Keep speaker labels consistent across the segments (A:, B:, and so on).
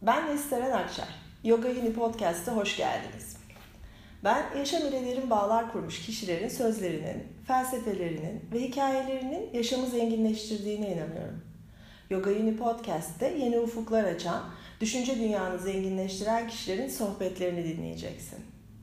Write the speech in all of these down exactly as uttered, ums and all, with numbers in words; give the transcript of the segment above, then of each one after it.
A: Ben Neslihan Akçay. Yoga Yeni Podcast'a hoş geldiniz. Ben yaşam ile derin bağlar kurmuş kişilerin sözlerinin, felsefelerinin ve hikayelerinin yaşamı zenginleştirdiğine inanıyorum. Yoga Yeni Podcast'te yeni ufuklar açan, düşünce dünyanı zenginleştiren kişilerin sohbetlerini dinleyeceksin.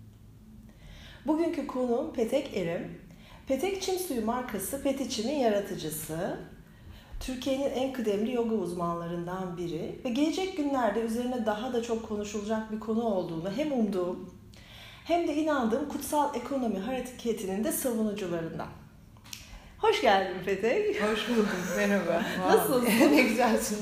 A: Bugünkü konuğum Petek Erim. Petek Çim Suyu markası Pet İçim'in yaratıcısı. Türkiye'nin en kıdemli yoga uzmanlarından biri ve gelecek günlerde üzerine daha da çok konuşulacak bir konu olduğunu hem umduğum hem de inandığım kutsal ekonomi hareketinin de savunucularından. Hoş geldin Petek.
B: Hoş bulduk, merhaba.
A: Nasılsın?
B: Ne güzelsin.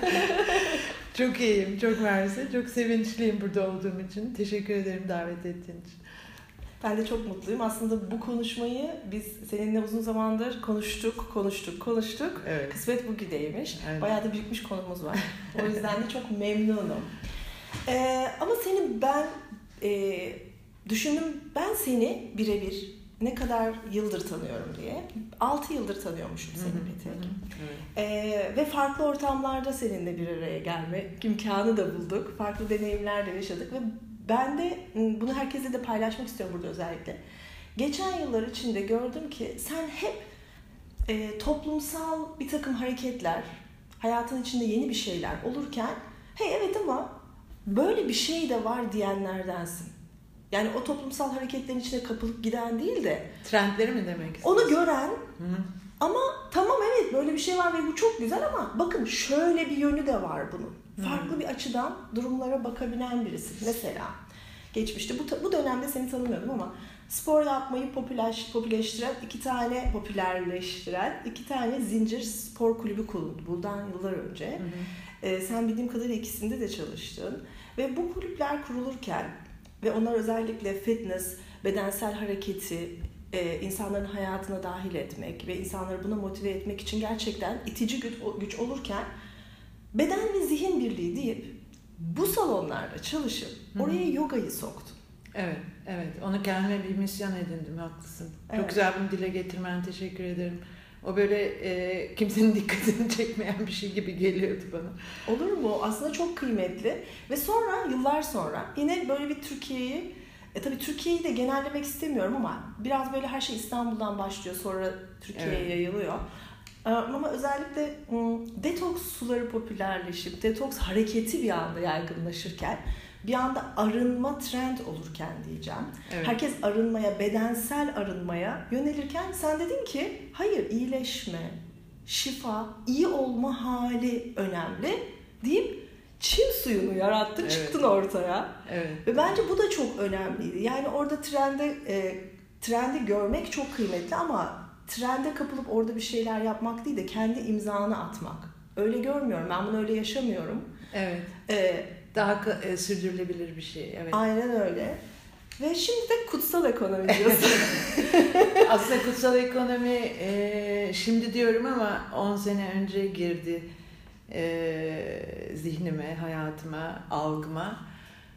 B: Çok iyiyim, çok mersi. Çok sevinçliyim burada olduğum için. Teşekkür ederim davet ettiğin için.
A: Ben de çok mutluyum. Aslında bu konuşmayı biz seninle uzun zamandır konuştuk, konuştuk, konuştuk.
B: Evet.
A: Kısmet bugüneymiş.
B: Aynen.
A: Bayağı da birikmiş konumuz var. O yüzden de çok memnunum. Ee, ama senin ben e, düşündüm, ben seni birebir ne kadar yıldır tanıyorum diye. altı yıldır tanıyormuşum seni Petek.
B: Evet.
A: Ee, ve farklı ortamlarda seninle bir araya gelme imkanı da bulduk. Farklı deneyimler de yaşadık ve ben de bunu herkesle de paylaşmak istiyorum burada özellikle. Geçen yıllar içinde gördüm ki sen hep e, toplumsal bir takım hareketler, hayatın içinde yeni bir şeyler olurken hey evet ama böyle bir şey de var diyenlerdensin. Yani o toplumsal hareketlerin içine kapılıp giden değil de
B: Trendleri mi demek istiyorsun?
A: onu gören
B: Hı.
A: ama tamam evet böyle bir şey var ve bu çok güzel ama bakın şöyle bir yönü de var bunun. Farklı hmm. bir açıdan durumlara bakabilen birisi. Mesela geçmişte bu, bu dönemde seni tanımıyordum ama spor yapmayı popüler, popülerleştiren iki tane popülerleştiren iki tane zincir spor kulübü kuruldu. Bundan yıllar önce. Hmm. Ee, sen bildiğim kadarıyla ikisinde de çalıştın. Ve bu kulüpler kurulurken ve onlar özellikle fitness, bedensel hareketi, e, insanların hayatına dahil etmek ve insanları buna motive etmek için gerçekten itici güç, güç olurken beden ve zihin birliği deyip bu salonlarda çalışıp oraya Hı-hı. yogayı soktun.
B: Evet, evet. Onu kendime bir misyon edindim, haklısın.
A: Evet.
B: Çok güzel bunu dile getirmen, teşekkür ederim. O böyle e, kimsenin dikkatini çekmeyen bir şey gibi geliyordu bana.
A: Olur mu? Aslında çok kıymetli. Ve sonra, yıllar sonra yine böyle bir Türkiye'yi, e tabii Türkiye'yi de genellemek istemiyorum ama biraz böyle her şey İstanbul'dan başlıyor, sonra Türkiye'ye evet. yayılıyor. Ama özellikle detoks suları popülerleşip, detoks hareketi bir anda yaygınlaşırken, bir anda arınma trend olurken diyeceğim. Evet. Herkes arınmaya, bedensel arınmaya yönelirken sen dedin ki hayır iyileşme, şifa, iyi olma hali önemli deyip çim suyunu yarattın, evet. çıktın ortaya.
B: Evet.
A: Ve bence bu da çok önemliydi. Yani orada trende, e, trendi görmek çok kıymetli ama trende kapılıp orada bir şeyler yapmak değil de kendi imzanı atmak. Öyle görmüyorum. Ben bunu öyle yaşamıyorum.
B: Evet.
A: Ee,
B: Daha e, sürdürülebilir bir şey. Evet.
A: Aynen öyle. Ve şimdi de kutsal ekonomi diyorsun.
B: Aslında kutsal ekonomi e, şimdi diyorum ama on sene önce girdi e, zihnime, hayatıma, algıma.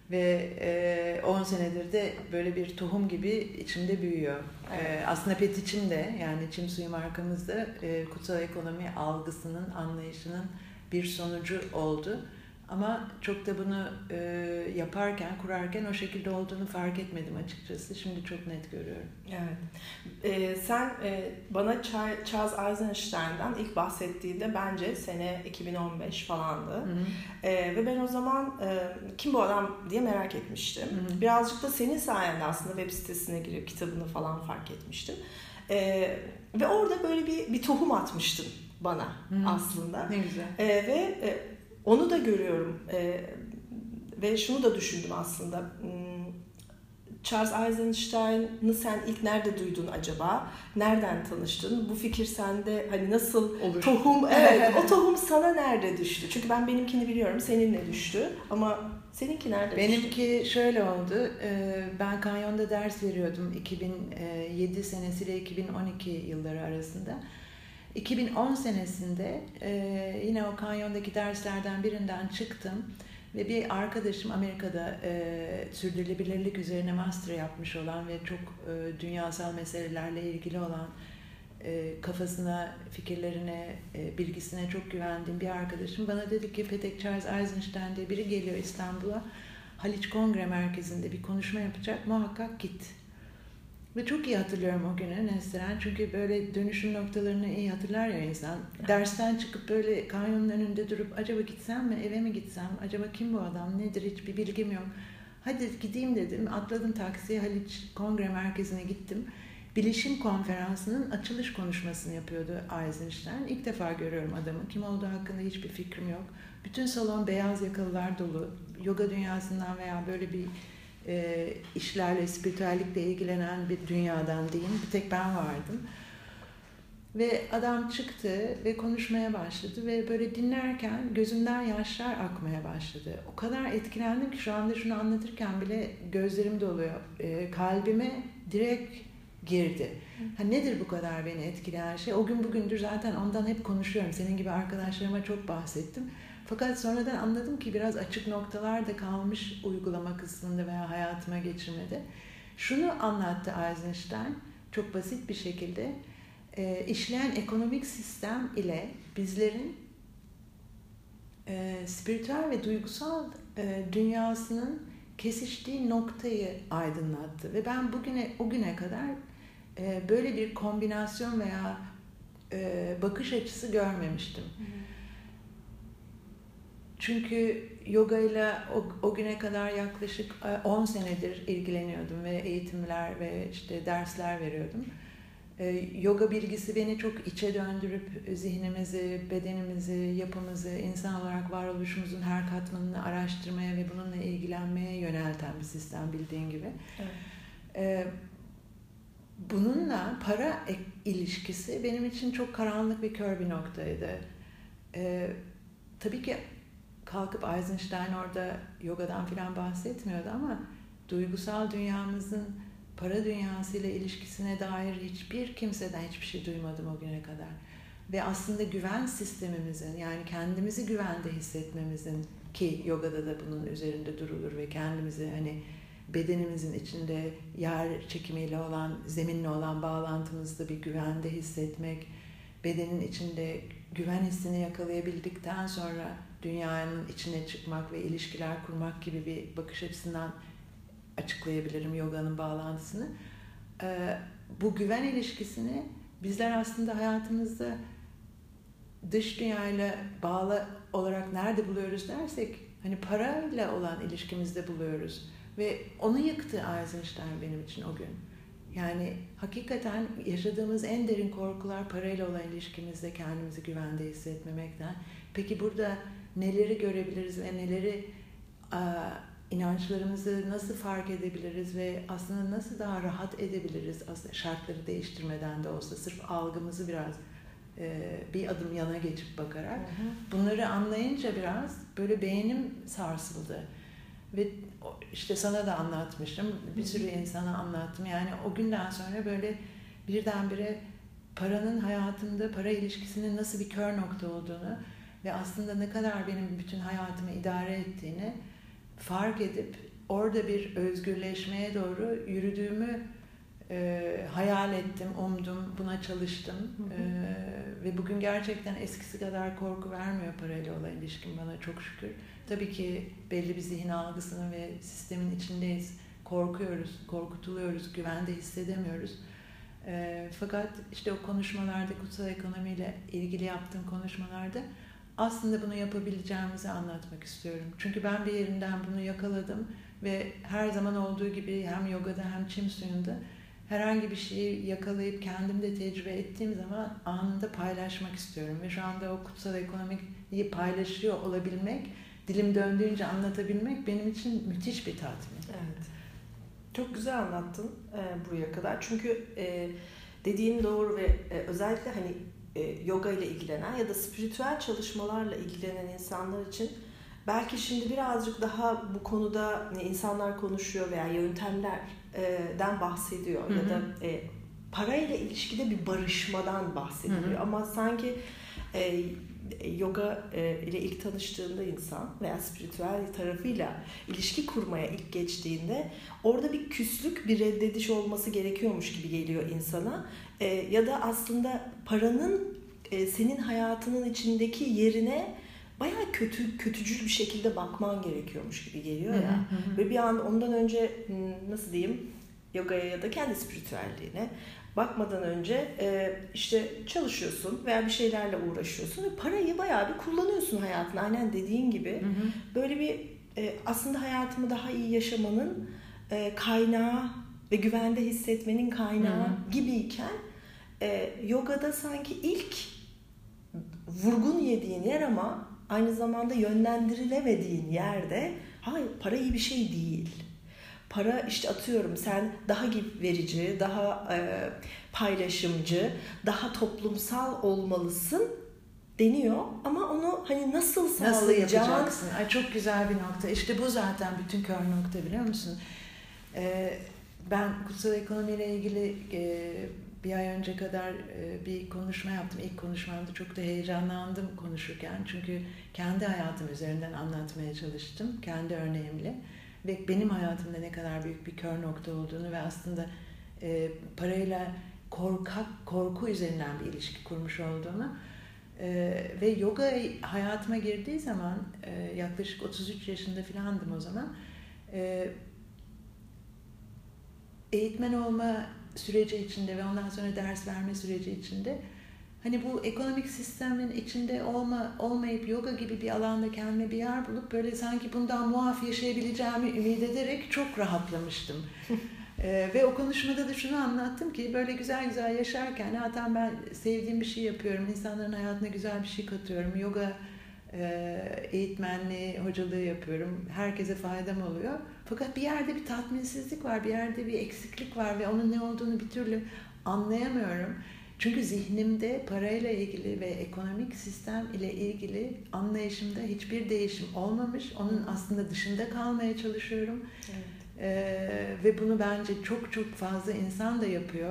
B: Ve on senedir de böyle bir tohum gibi içimde büyüyor. Evet. E, aslında Pet İçim de, yani Çim Suyu markamız da e, kutsal ekonomi algısının, anlayışının bir sonucu oldu. Ama çok da bunu e, yaparken, kurarken o şekilde olduğunu fark etmedim açıkçası. Şimdi çok net görüyorum.
A: Evet. Ee, sen e, bana Charles Eisenstein'dan ilk bahsettiğinde bence sene iki bin on beş falandı. Hı hı. E, ve ben o zaman e, kim bu adam diye merak etmiştim. Hı hı. Birazcık da senin sayende aslında web sitesine girip kitabını falan fark etmiştim. E, ve orada böyle bir, bir tohum atmıştın bana hı hı. aslında.
B: Ne güzel.
A: E, ve e, onu da görüyorum ee, ve şunu da düşündüm aslında. Charles Eisenstein'ı sen ilk nerede duydun acaba? Nereden tanıştın? Bu fikir sende hani nasıl
B: olur?
A: Tohum, evet, o tohum sana nerede düştü? Çünkü ben benimkini biliyorum, seninle düştü ama seninki nerede
B: Benimki
A: düştü?
B: Benimki şöyle oldu. Ben Kanyon'da ders veriyordum iki bin yedi senesiyle iki bin on iki yılları arasında. iki bin on senesinde e, yine o kanyondaki derslerden birinden çıktım ve bir arkadaşım Amerika'da e, sürdürülebilirlik üzerine master yapmış olan ve çok e, dünyasal meselelerle ilgili olan e, kafasına, fikirlerine, e, bilgisine çok güvendiğim bir arkadaşım bana dedi ki Petek Charles Eisenstein diye biri geliyor İstanbul'a. Haliç Kongre Merkezi'nde bir konuşma yapacak. Muhakkak git. Ve çok iyi hatırlıyorum o günü Neslihan. Çünkü böyle dönüşüm noktalarını iyi hatırlar ya insan. Dersten çıkıp böyle kanyonun önünde durup acaba gitsem mi, eve mi gitsem, acaba kim bu adam, nedir, hiçbir bilgim yok. Hadi gideyim dedim. Atladım taksiye, Haliç Kongre Merkezi'ne gittim. Bilişim konferansının açılış konuşmasını yapıyordu Eisenstein. İlk defa görüyorum adamı. Kim olduğu hakkında hiçbir fikrim yok. Bütün salon beyaz yakalılar dolu. Yoga dünyasından veya böyle bir e, işlerle, spiritüellikle ilgilenen bir dünyadan diyeyim. Bir tek ben vardım. Ve adam çıktı ve konuşmaya başladı ve böyle dinlerken gözümden yaşlar akmaya başladı. O kadar etkilendim ki şu anda şunu anlatırken bile gözlerim doluyor. E, kalbime direkt girdi. Ha, nedir bu kadar beni etkileyen şey? O gün bugündür zaten ondan hep konuşuyorum. Senin gibi arkadaşlarıma çok bahsettim. Fakat sonradan anladım ki biraz açık noktalar da kalmış uygulama kısmında veya hayatıma geçirmede. Şunu anlattı Eisenstein çok basit bir şekilde. E, işleyen ekonomik sistem ile bizlerin e, spiritüel ve duygusal e, dünyasının kesiştiği noktayı aydınlattı. Ve ben bugüne o güne kadar e, böyle bir kombinasyon veya e, bakış açısı görmemiştim. Hı hı. Çünkü yoga ile o, o güne kadar yaklaşık on senedir ilgileniyordum ve eğitimler ve işte dersler veriyordum. Ee, yoga bilgisi beni çok içe döndürüp zihnimizi, bedenimizi, yapımızı, insan olarak varoluşumuzun her katmanını araştırmaya ve bununla ilgilenmeye yönelten bir sistem bildiğin gibi. Evet. Ee, bununla para ilişkisi benim için çok karanlık ve kör bir noktaydı. Ee, tabii ki kalkıp Eisenstein orada yogadan falan bahsetmiyordu ama duygusal dünyamızın para dünyasıyla ilişkisine dair hiçbir kimseden hiçbir şey duymadım o güne kadar. Ve aslında güven sistemimizin, yani kendimizi güvende hissetmemizin, ki yogada da bunun üzerinde durulur ve kendimizi hani bedenimizin içinde yer çekimiyle olan, zeminle olan bağlantımızda bir güvende hissetmek, bedenin içinde güven hissini yakalayabildikten sonra dünyanın içine çıkmak ve ilişkiler kurmak gibi bir bakış açısından açıklayabilirim yoganın bağlantısını. Ee, bu güven ilişkisini bizler aslında hayatımızda dış dünyayla bağlı olarak nerede buluyoruz dersek, hani parayla olan ilişkimizde buluyoruz. Ve onu yıktı Eisenstein benim için o gün. Yani hakikaten yaşadığımız en derin korkular parayla olan ilişkimizde kendimizi güvende hissetmemekten. Peki burada neleri görebiliriz ve neleri a, inançlarımızı nasıl fark edebiliriz ve aslında nasıl daha rahat edebiliriz aslında şartları değiştirmeden de olsa sırf algımızı biraz e, bir adım yana geçip bakarak. Hı hı. Bunları anlayınca biraz böyle beynim sarsıldı ve işte sana da anlatmıştım, bir sürü insana anlattım. Yani o günden sonra böyle birdenbire paranın hayatımda para ilişkisinin nasıl bir kör nokta olduğunu ve aslında ne kadar benim bütün hayatımı idare ettiğini fark edip orada bir özgürleşmeye doğru yürüdüğümü e, hayal ettim, umdum, buna çalıştım. Hı hı. E, ve bugün gerçekten eskisi kadar korku vermiyor parayla olan ilişkim bana çok şükür. Tabii ki belli bir zihin algısının ve sistemin içindeyiz. Korkuyoruz, korkutuluyoruz, güvende hissedemiyoruz. E, fakat işte o konuşmalarda, kutsal ekonomiyle ilgili yaptığım konuşmalarda aslında bunu yapabileceğimizi anlatmak istiyorum. Çünkü ben bir yerinden bunu yakaladım ve her zaman olduğu gibi hem yogada hem çim suyunda herhangi bir şeyi yakalayıp kendim de tecrübe ettiğim zaman anında paylaşmak istiyorum. Ve şu anda o kutsal ekonomiyi paylaşıyor olabilmek, dilim döndüğünce anlatabilmek benim için müthiş bir tatmin.
A: Evet. Çok güzel anlattın e, buraya kadar. Çünkü e, dediğin doğru ve e, özellikle hani e, yoga ile ilgilenen ya da spiritüel çalışmalarla ilgilenen insanlar için belki şimdi birazcık daha bu konuda insanlar konuşuyor veya yöntemlerden bahsediyor. Hı hı. Ya da e, parayla ilişkide bir barışmadan bahsediliyor.
B: Hı hı.
A: Ama sanki e, yoga e, ile ilk tanıştığında insan veya spiritüel tarafıyla ilişki kurmaya ilk geçtiğinde orada bir küslük, bir reddediş olması gerekiyormuş gibi geliyor insana. E, ya da aslında paranın e, senin hayatının içindeki yerine bayağı kötü, kötücül bir şekilde bakman gerekiyormuş gibi geliyor ya.
B: Hı hı hı.
A: Ve bir an ondan önce nasıl diyeyim, yogaya ya da kendi spiritüelliğine bakmadan önce e, işte çalışıyorsun veya bir şeylerle uğraşıyorsun ve parayı bayağı bir kullanıyorsun hayatına. Aynen dediğin gibi.
B: Hı hı.
A: Böyle bir e, aslında hayatımı daha iyi yaşamanın e, kaynağı ve güvende hissetmenin kaynağı
B: Hı hı.
A: gibiyken e, yogada sanki ilk vurgun yediğin yer ama aynı zamanda yönlendirilemediğin yerde hayır, para iyi bir şey değil. Para işte atıyorum sen daha gibi verici, daha e, paylaşımcı, daha toplumsal olmalısın deniyor ama onu hani nasıl sağlayacağın...
B: Nasıl yapacaksın? Ay, çok güzel bir nokta. İşte bu zaten bütün kör nokta, biliyor musun? Ee, ben kutsal ekonomiyle ilgili e, bir ay önce kadar e, bir konuşma yaptım. İlk konuşmamda çok da heyecanlandım konuşurken. Çünkü kendi hayatım üzerinden anlatmaya çalıştım. Kendi örneğimle. Ve benim hayatımda ne kadar büyük bir kör nokta olduğunu ve aslında e, parayla korkak, korku üzerinden bir ilişki kurmuş olduğumu e, ve yoga hayatıma girdiği zaman e, yaklaşık otuz üç yaşında falandım o zaman. E, eğitmen olma süreci içinde ve ondan sonra ders verme süreci içinde hani bu ekonomik sistemin içinde olma, olmayıp yoga gibi bir alanda kendime bir yer bulup böyle sanki bundan muaf yaşayabileceğimi ümit ederek çok rahatlamıştım. ee, ve o konuşmada da şunu anlattım ki böyle güzel güzel yaşarken zaten ben sevdiğim bir şey yapıyorum, insanların hayatına güzel bir şey katıyorum, yoga e, eğitmenliği, hocalığı yapıyorum, herkese faydam oluyor. Fakat bir yerde bir tatminsizlik var, bir yerde bir eksiklik var ve onun ne olduğunu bir türlü anlayamıyorum. Çünkü zihnimde parayla ilgili ve ekonomik sistem ile ilgili anlayışımda hiçbir değişim olmamış. Onun aslında dışında kalmaya çalışıyorum. Evet. Ee, ve bunu bence çok çok fazla insan da yapıyor.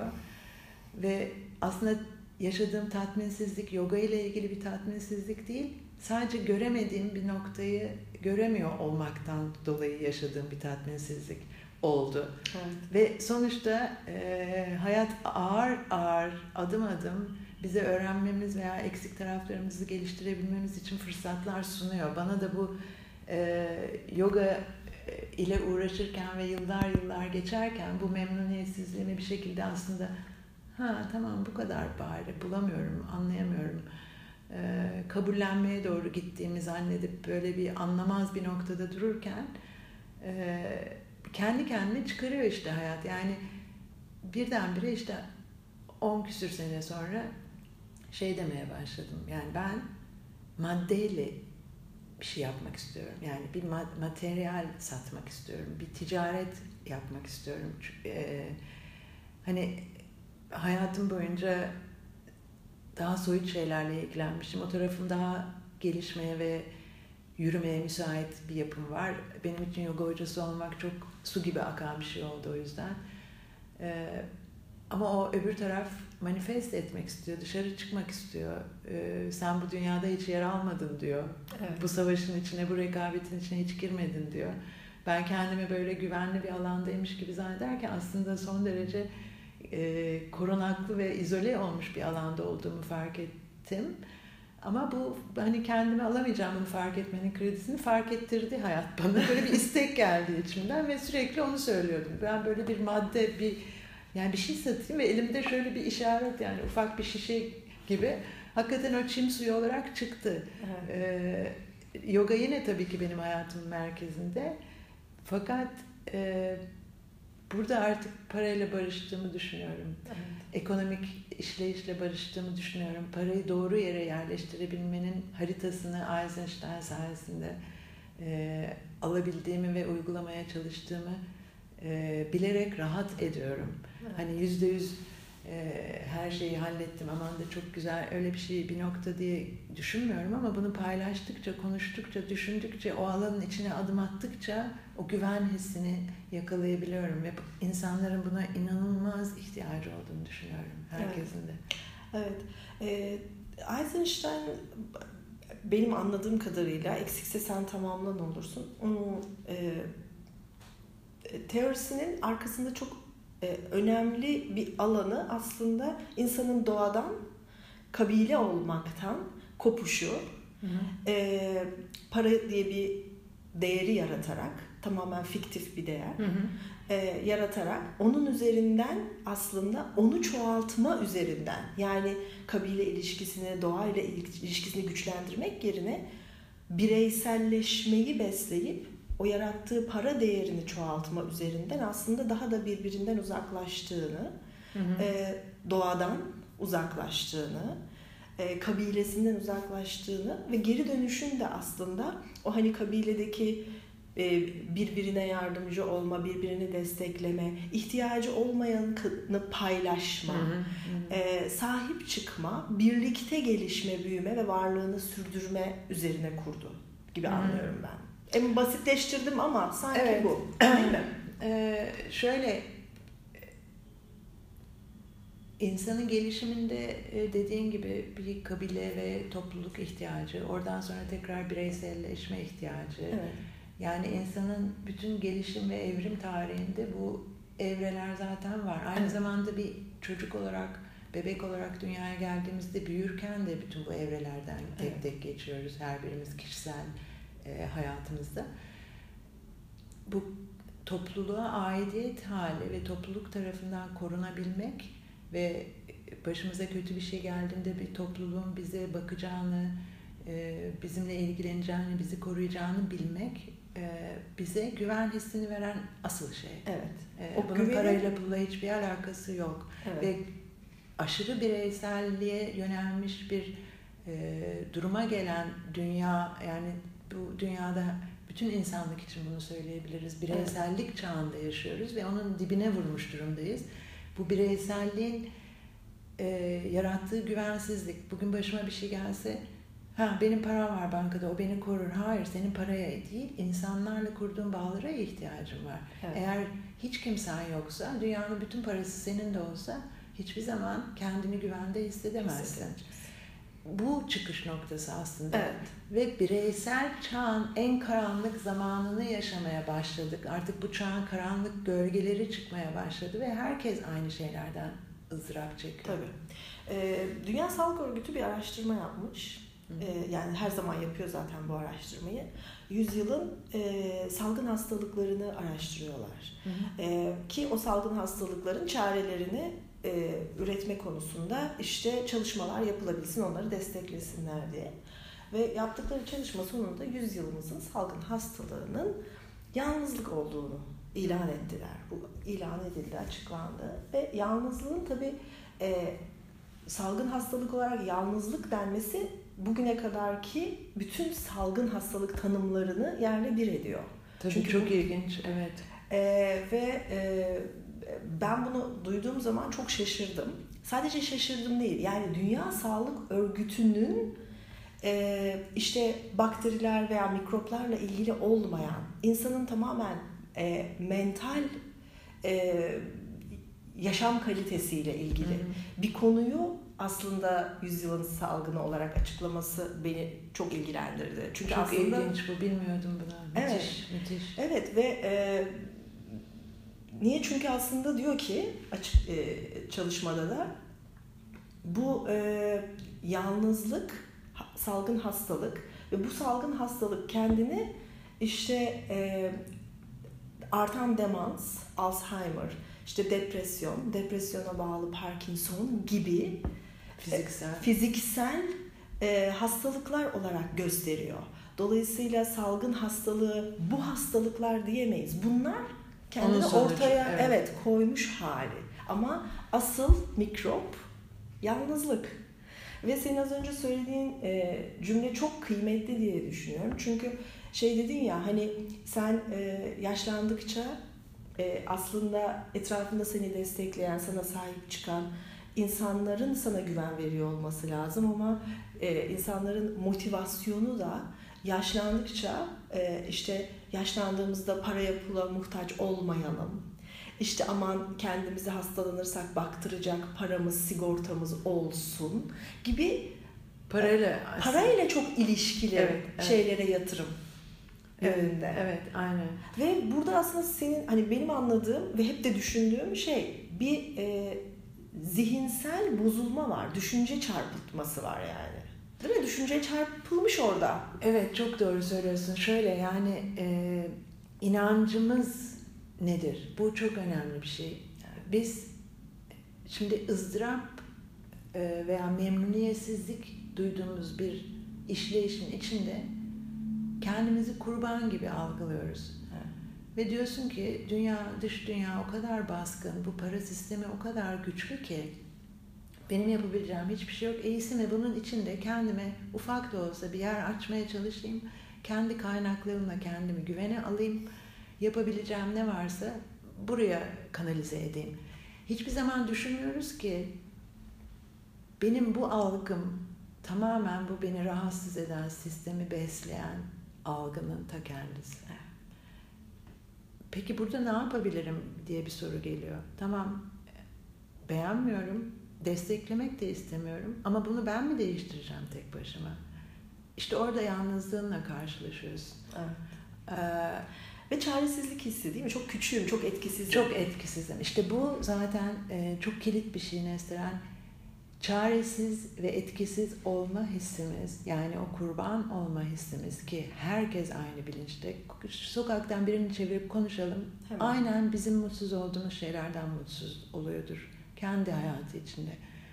B: Ve aslında yaşadığım tatminsizlik yoga ile ilgili bir tatminsizlik değil. Sadece göremediğim bir noktayı göremiyor olmaktan dolayı yaşadığım bir tatminsizlik oldu. Evet. Ve sonuçta e, hayat ağır ağır, adım adım bize öğrenmemiz veya eksik taraflarımızı geliştirebilmemiz için fırsatlar sunuyor. Bana da bu e, yoga ile uğraşırken ve yıllar yıllar geçerken bu memnuniyetsizliğimi bir şekilde aslında ha tamam bu kadar bari, bulamıyorum, anlayamıyorum. E, kabullenmeye doğru gittiğimi zannedip böyle bir anlamaz bir noktada dururken e, kendi kendine çıkarıyor işte hayat. Yani birdenbire işte on küsür sene sonra şey demeye başladım. Yani ben maddeyle bir şey yapmak istiyorum. Yani bir materyal satmak istiyorum. Bir ticaret yapmak istiyorum. Çünkü, e, hani hayatım boyunca daha soyut şeylerle ilgilenmişim. O tarafım daha gelişmeye ve yürümeye müsait bir yapım var. Benim için yoga hocası olmak çok su gibi akan bir şey oldu o yüzden. Ee, ama o öbür taraf manifest etmek istiyor, dışarı çıkmak istiyor. Ee, sen bu dünyada hiç yer almadın diyor. Evet. Bu savaşın içine, bu rekabetin içine hiç girmedin diyor. Ben kendimi böyle güvenli bir alandaymış gibi zannederken aslında son derece e, korunaklı ve izole olmuş bir alanda olduğumu fark ettim. Ama bu hani kendime alamayacağımı fark etmenin kredisini fark ettirdi hayat bana. Böyle bir istek geldi içimden ve sürekli onu söylüyordum. Ben böyle bir madde, bir yani bir şey satayım ve elimde şöyle bir işaret, yani ufak bir şişe gibi. Hakikaten o çim suyu olarak çıktı. Evet. Ee, yoga yine tabii ki benim hayatımın merkezinde. Fakat e, burada artık parayla barıştığımı düşünüyorum. Evet. Ekonomik işleyişle barıştığımı düşünüyorum. Parayı doğru yere yerleştirebilmenin haritasını Eisenstein sayesinde e, alabildiğimi ve uygulamaya çalıştığımı e, bilerek rahat ediyorum. Evet. Hani yüzde yüz her şeyi hallettim, aman da çok güzel, öyle bir şey bir nokta diye düşünmüyorum ama bunu paylaştıkça, konuştukça, düşündükçe, o alanın içine adım attıkça o güven hissini yakalayabiliyorum ve insanların buna inanılmaz ihtiyacı olduğunu düşünüyorum, herkesin de.
A: Evet. evet. Ee, Eisenstein benim anladığım kadarıyla, eksikse sen tamamla ne olursun, onun e, teorisinin arkasında çok Ee, önemli bir alanı aslında insanın doğadan, kabile olmaktan kopuşu, hı hı. E, para diye bir değeri yaratarak, tamamen fiktif bir değer, hı hı. E, yaratarak onun üzerinden aslında onu çoğaltma üzerinden, yani kabile ilişkisini, doğayla ilişkisini güçlendirmek yerine bireyselleşmeyi besleyip o yarattığı para değerini çoğaltma üzerinden aslında daha da birbirinden uzaklaştığını, hı hı. E, doğadan uzaklaştığını, e, kabilesinden uzaklaştığını ve geri dönüşün de aslında o hani kabiledeki e, birbirine yardımcı olma, birbirini destekleme, ihtiyacı olmayanı paylaşma, hı hı. E, sahip çıkma, birlikte gelişme, büyüme ve varlığını sürdürme üzerine kurdu gibi, hı hı. anlıyorum ben. En basitleştirdim ama sanki evet. bu. Değil mi?
B: Ee, şöyle, insanın gelişiminde dediğin gibi bir kabile ve topluluk ihtiyacı, oradan sonra tekrar bireyselleşme ihtiyacı. Evet. Yani insanın bütün gelişim ve evrim tarihinde bu evreler zaten var. Aynı evet. zamanda bir çocuk olarak, bebek olarak dünyaya geldiğimizde büyürken de bütün bu evrelerden tek evet. tek geçiyoruz. Her birimiz kişisel hayatımızda. Bu topluluğa aidiyet hali ve topluluk tarafından korunabilmek ve başımıza kötü bir şey geldiğinde bir topluluğun bize bakacağını, bizimle ilgileneceğini, bizi koruyacağını bilmek bize güven hissini veren asıl şey.
A: Evet.
B: O Bunun güveni... parayla pulla hiçbir alakası yok. Evet. Ve aşırı bireyselliğe yönelmiş bir duruma gelen dünya, yani bu dünyada bütün insanlık için bunu söyleyebiliriz. Bireysellik evet. çağında yaşıyoruz ve onun dibine vurmuş durumdayız. Bu bireyselliğin e, yarattığı güvensizlik. Bugün başıma bir şey gelse, ha benim param var bankada, o beni korur. Hayır, senin paraya değil, insanlarla kurduğun bağlara ihtiyacın var. Evet. Eğer hiç kimsen yoksa, dünyanın bütün parası senin de olsa hiçbir zaman kendini güvende hissedemezsin. Bu çıkış noktası aslında. Evet. Ve bireysel çağın en karanlık zamanını yaşamaya başladık. Artık bu çağın karanlık gölgeleri çıkmaya başladı ve herkes aynı şeylerden ızdırap çekiyor.
A: Tabii. Ee, Dünya Sağlık Örgütü bir araştırma yapmış. Ee, yani her zaman yapıyor zaten bu araştırmayı. Yüzyılın e, salgın hastalıklarını araştırıyorlar. Hı hı. E, ki o salgın hastalıkların çarelerini E, üretme konusunda işte çalışmalar yapılabilsin, onları desteklesinler diye. Ve yaptıkları çalışma sonunda yüzyılımızın salgın hastalığının yalnızlık olduğunu ilan ettiler. Bu ilan edildi, açıklandı. Ve yalnızlığın tabii e, salgın hastalık olarak yalnızlık denmesi bugüne kadarki bütün salgın hastalık tanımlarını yerle bir ediyor.
B: Tabii Çünkü çok bu, ilginç, evet.
A: E, ve e, ben bunu duyduğum zaman çok şaşırdım. Sadece şaşırdım değil. Yani Dünya Sağlık Örgütü'nün e, işte bakteriler veya mikroplarla ilgili olmayan, insanın tamamen e, mental e, yaşam kalitesiyle ilgili Hı-hı. bir konuyu aslında yüzyılın salgını olarak açıklaması beni çok ilgilendirdi. Çünkü
B: çok
A: aslında
B: ilginç bu, bilmiyordum bunu. Müthiş, evet, müthiş.
A: Evet ve e, niye? Çünkü aslında diyor ki açık e, çalışmada da bu e, yalnızlık salgın hastalık ve bu salgın hastalık kendini işte e, artan demans, Alzheimer, işte depresyon, depresyona bağlı Parkinson gibi
B: fiziksel
A: e, fiziksel e, hastalıklar olarak gösteriyor. Dolayısıyla salgın hastalığı bu hastalıklar diyemeyiz. Bunlar kendini sonucu, ortaya evet. evet koymuş hali. Ama asıl mikrop yalnızlık. Ve senin az önce söylediğin e, cümle çok kıymetli diye düşünüyorum. Çünkü şey dedin ya, hani sen e, yaşlandıkça e, aslında etrafında seni destekleyen, sana sahip çıkan insanların sana güven veriyor olması lazım ama e, insanların motivasyonu da yaşlandıkça e, işte yaşlandığımızda paraya pula muhtaç olmayalım. İşte aman kendimizi hastalanırsak baktıracak paramız, sigortamız olsun gibi
B: Parayla
A: parayla çok ilişkili
B: evet, evet.
A: şeylere yatırım.
B: Evet,
A: Önünde.
B: evet, aynen.
A: Ve burada aslında senin hani benim anladığım ve hep de düşündüğüm şey bir e, zihinsel bozulma var, düşünce çarpıtması var yani. Değil mi? Düşünce çarpılmış orada.
B: Evet, çok doğru söylüyorsun. Şöyle yani e, inancımız nedir? Bu çok önemli bir şey. Biz şimdi ızdırap e, veya memnuniyetsizlik duyduğumuz bir işleyişin içinde kendimizi kurban gibi algılıyoruz.
A: Evet.
B: Ve diyorsun ki dünya, dış dünya o kadar baskın, bu para sistemi o kadar güçlü ki benim yapabileceğim hiçbir şey yok. İyisi mi bunun içinde kendime ufak da olsa bir yer açmaya çalışayım. Kendi kaynaklarımla kendimi güvene alayım. Yapabileceğim ne varsa buraya kanalize edeyim. Hiçbir zaman düşünmüyoruz ki benim bu algım tamamen bu beni rahatsız eden, sistemi besleyen algının ta kendisi. Peki burada ne yapabilirim diye bir soru geliyor. Tamam, beğenmiyorum, desteklemek de istemiyorum ama bunu ben mi değiştireceğim tek başıma? İşte orada yalnızlığınla karşılaşıyorsun.
A: Evet.
B: Ee,
A: Ve çaresizlik hissi değil mi? Çok küçüğüm, çok etkisizim.
B: Çok etkisizim. İşte bu zaten e, çok kilit bir şey Nesteren. Çaresiz ve etkisiz olma hissimiz, yani o kurban olma hissimiz ki herkes aynı bilinçte. Sokaktan birini çevirip konuşalım.
A: Hemen.
B: Aynen bizim mutsuz olduğumuz şeylerden mutsuz oluyordur. Kendi hayatı içinde.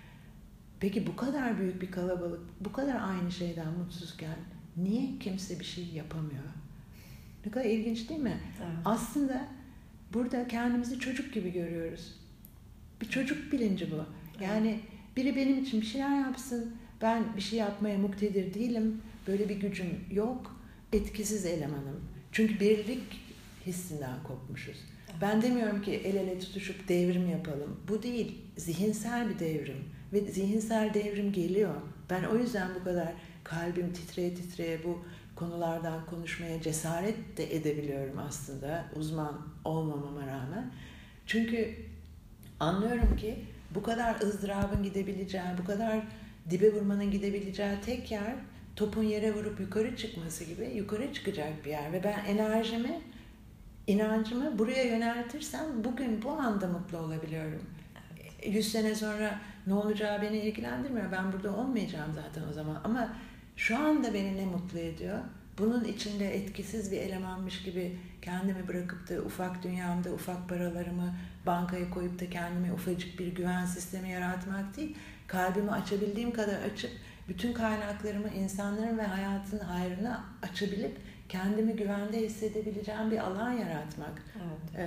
B: Peki bu kadar büyük bir kalabalık, bu kadar aynı şeyden mutsuzken niye kimse bir şey yapamıyor? Ne kadar ilginç değil mi?
A: Evet.
B: Aslında burada kendimizi çocuk gibi görüyoruz. Bir çocuk bilinci bu. Yani evet. Biri benim için bir şeyler yapsın, ben bir şey yapmaya muktedir değilim, böyle bir gücüm yok, etkisiz elemanım. Çünkü birlik hissinden kopmuşuz. Evet. Ben demiyorum ki el ele tutuşup devrim yapalım. Bu değil, zihinsel bir devrim. Ve zihinsel devrim geliyor. Ben o yüzden bu kadar kalbim titreye titreye bu konulardan konuşmaya cesaret de edebiliyorum aslında, uzman olmamama rağmen. Çünkü anlıyorum ki bu kadar ızdırabın gidebileceği, bu kadar dibe vurmanın gidebileceği tek yer topun yere vurup yukarı çıkması gibi yukarı çıkacak bir yer. Ve ben enerjimi, inancımı buraya yöneltirsem bugün bu anda mutlu olabiliyorum. Yüz sene sonra ne olacağı beni ilgilendirmiyor. Ben burada olmayacağım zaten o zaman. Ama şu anda beni ne mutlu ediyor? Bunun içinde etkisiz bir elemanmış gibi kendimi bırakıp da ufak dünyamda ufak paralarımı bankaya koyup da kendime ufacık bir güven sistemi yaratmak değil, kalbimi açabildiğim kadar açıp bütün kaynaklarımı insanların ve hayatın hayrına açabilip kendimi güvende hissedebileceğim bir alan yaratmak.
A: Evet.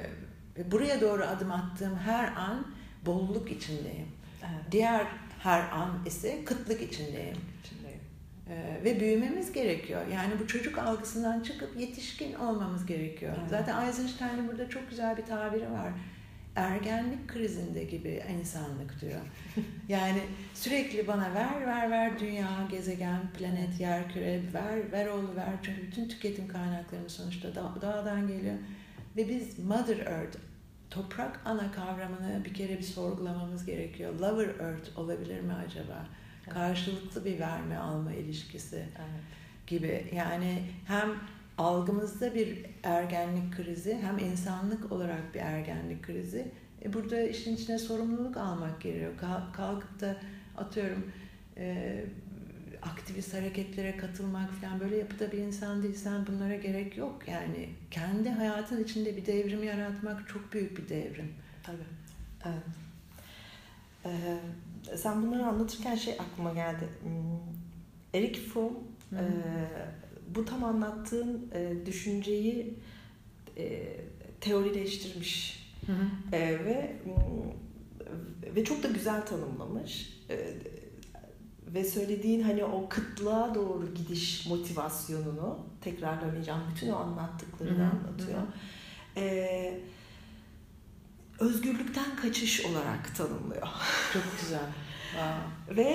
B: Ee, buraya doğru adım attığım her an bolluk içindeyim.
A: Evet.
B: Diğer her an ise kıtlık içindeyim.
A: İçindeyim.
B: Ee, ve büyümemiz gerekiyor. Yani bu çocuk algısından çıkıp yetişkin olmamız gerekiyor. Evet. Zaten Eisenstein'in burada çok güzel bir tabiri var. Ergenlik krizinde gibi insanlık diyor. Yani sürekli bana ver, ver, ver dünya, gezegen, planet, yerküre, ver, ver oğlu ver. Çünkü bütün tüketim kaynaklarımız sonuçta da- dağdan geliyor. Ve biz Mother Earth, toprak ana kavramını bir kere bir sorgulamamız gerekiyor. Lover Earth olabilir mi acaba? Evet. Karşılıklı bir verme alma ilişkisi
A: evet.
B: gibi. Yani hem algımızda bir ergenlik krizi, hem insanlık olarak bir ergenlik krizi. E burada işin içine sorumluluk almak gerekiyor. Kalkıp da atıyorum e, aktivist hareketlere katılmak falan, böyle yapıda bir insan değilsen bunlara gerek yok. Yani kendi hayatın içinde bir devrim yaratmak çok büyük bir devrim.
A: Tabii. Evet. Ee, sen bunları anlatırken şey aklıma geldi. Erich Fromm e, bu tam anlattığın e, düşünceyi e, teorileştirmiş. Hı hı. E, ve ve çok da güzel tanımlamış. E, ve söylediğin hani o kıtlığa doğru gidiş motivasyonunu tekrarlamayacağım. Bütün o anlattıklarını hı hı. anlatıyor. Hı hı. E, özgürlükten kaçış olarak tanımlıyor.
B: Çok güzel. Wow.
A: Ve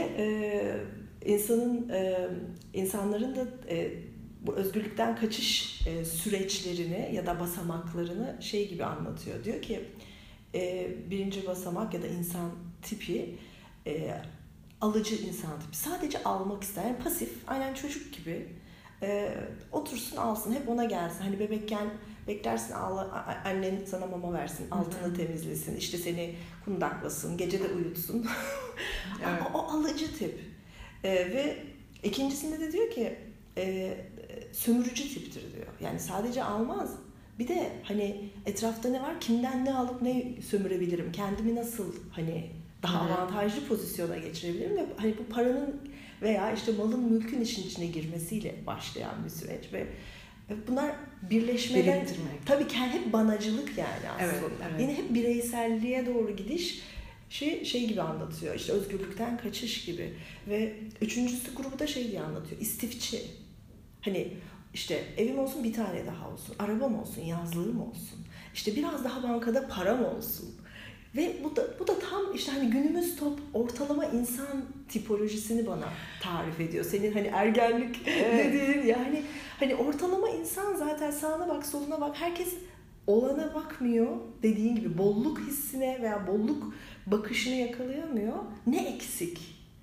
A: e, insanın e, insanların da e, bu özgürlükten kaçış e, süreçlerini ya da basamaklarını şey gibi anlatıyor. Diyor ki e, birinci basamak ya da insan tipi e, alıcı insan tipi. Sadece almak ister. Yani pasif, aynen çocuk gibi. E, otursun alsın, hep ona gelsin. Hani bebekken beklersin, ağla, annen sana mama versin, altını Hı-hı. temizlesin, işte seni kundaklasın, gece de uyutsun. Evet. Ama o alıcı tip. E, ve ikincisinde de diyor ki e, sömürücü tiptir diyor. Yani sadece almaz. Bir de hani etrafta ne var, kimden ne alıp ne sömürebilirim, kendimi nasıl hani daha Hı-hı. avantajlı pozisyona geçirebilirim ve hani bu paranın veya işte malın mülkün işin içine girmesiyle başlayan bir süreç ve bunlar birleşmeden tabii ki hep banacılık yani aslında. Evet, evet. Yine hep bireyselliğe doğru gidiş şey şey gibi anlatıyor. İşte özgürlükten kaçış gibi. Ve üçüncüsü grubu da şey diye anlatıyor. İstifçi. Hani işte evim olsun, bir tane daha olsun. Arabam olsun, yazlığım olsun. İşte biraz daha bankada param olsun. Ve bu da bu da tam işte hani günümüz top ortalama insan tipolojisini bana tarif ediyor. Senin hani ergenlik evet. dediğin yani hani ortalama insan zaten sağına bak, soluna bak. Herkes olana bakmıyor. Dediğin gibi bolluk hissine veya bolluk bakışını yakalayamıyor. Ne eksik?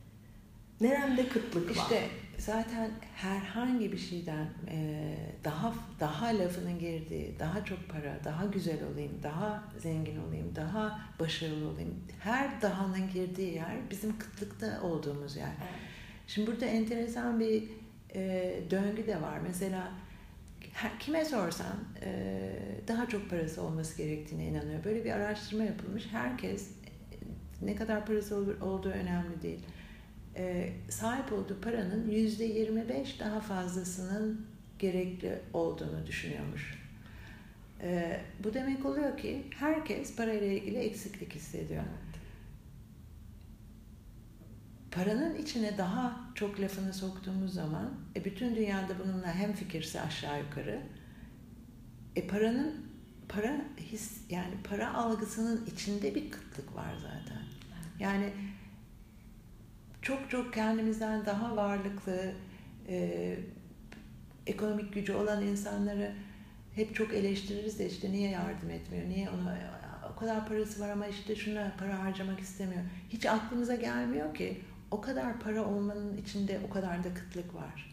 A: Neremde kıtlık var?
B: İşte zaten herhangi bir şeyden daha daha lafının girdiği, daha çok para, daha güzel olayım, daha zengin olayım, daha başarılı olayım. Her dahanın girdiği yer bizim kıtlıkta olduğumuz yer. Evet. Şimdi burada enteresan bir e, döngü de var. Mesela her, kime sorsan e, daha çok parası olması gerektiğine inanıyor. Böyle bir araştırma yapılmış. Herkes ne kadar parası olur, olduğu önemli değil. E, sahip olduğu paranın yüzde yirmi beş daha fazlasının gerekli olduğunu düşünüyormuş. E, bu demek oluyor ki herkes parayla ilgili eksiklik hissediyor. Paranın içine daha çok lafını soktuğumuz zaman e, bütün dünyada bununla hemfikirse aşağı yukarı e, paranın para his yani para algısının içinde bir kıtlık var zaten. Yani çok çok kendimizden daha varlıklı, e, ekonomik gücü olan insanları hep çok eleştiririz de işte niye yardım etmiyor, niye ona o kadar parası var ama işte şuna para harcamak istemiyor. Hiç aklımıza gelmiyor ki o kadar para olmanın içinde o kadar da kıtlık var.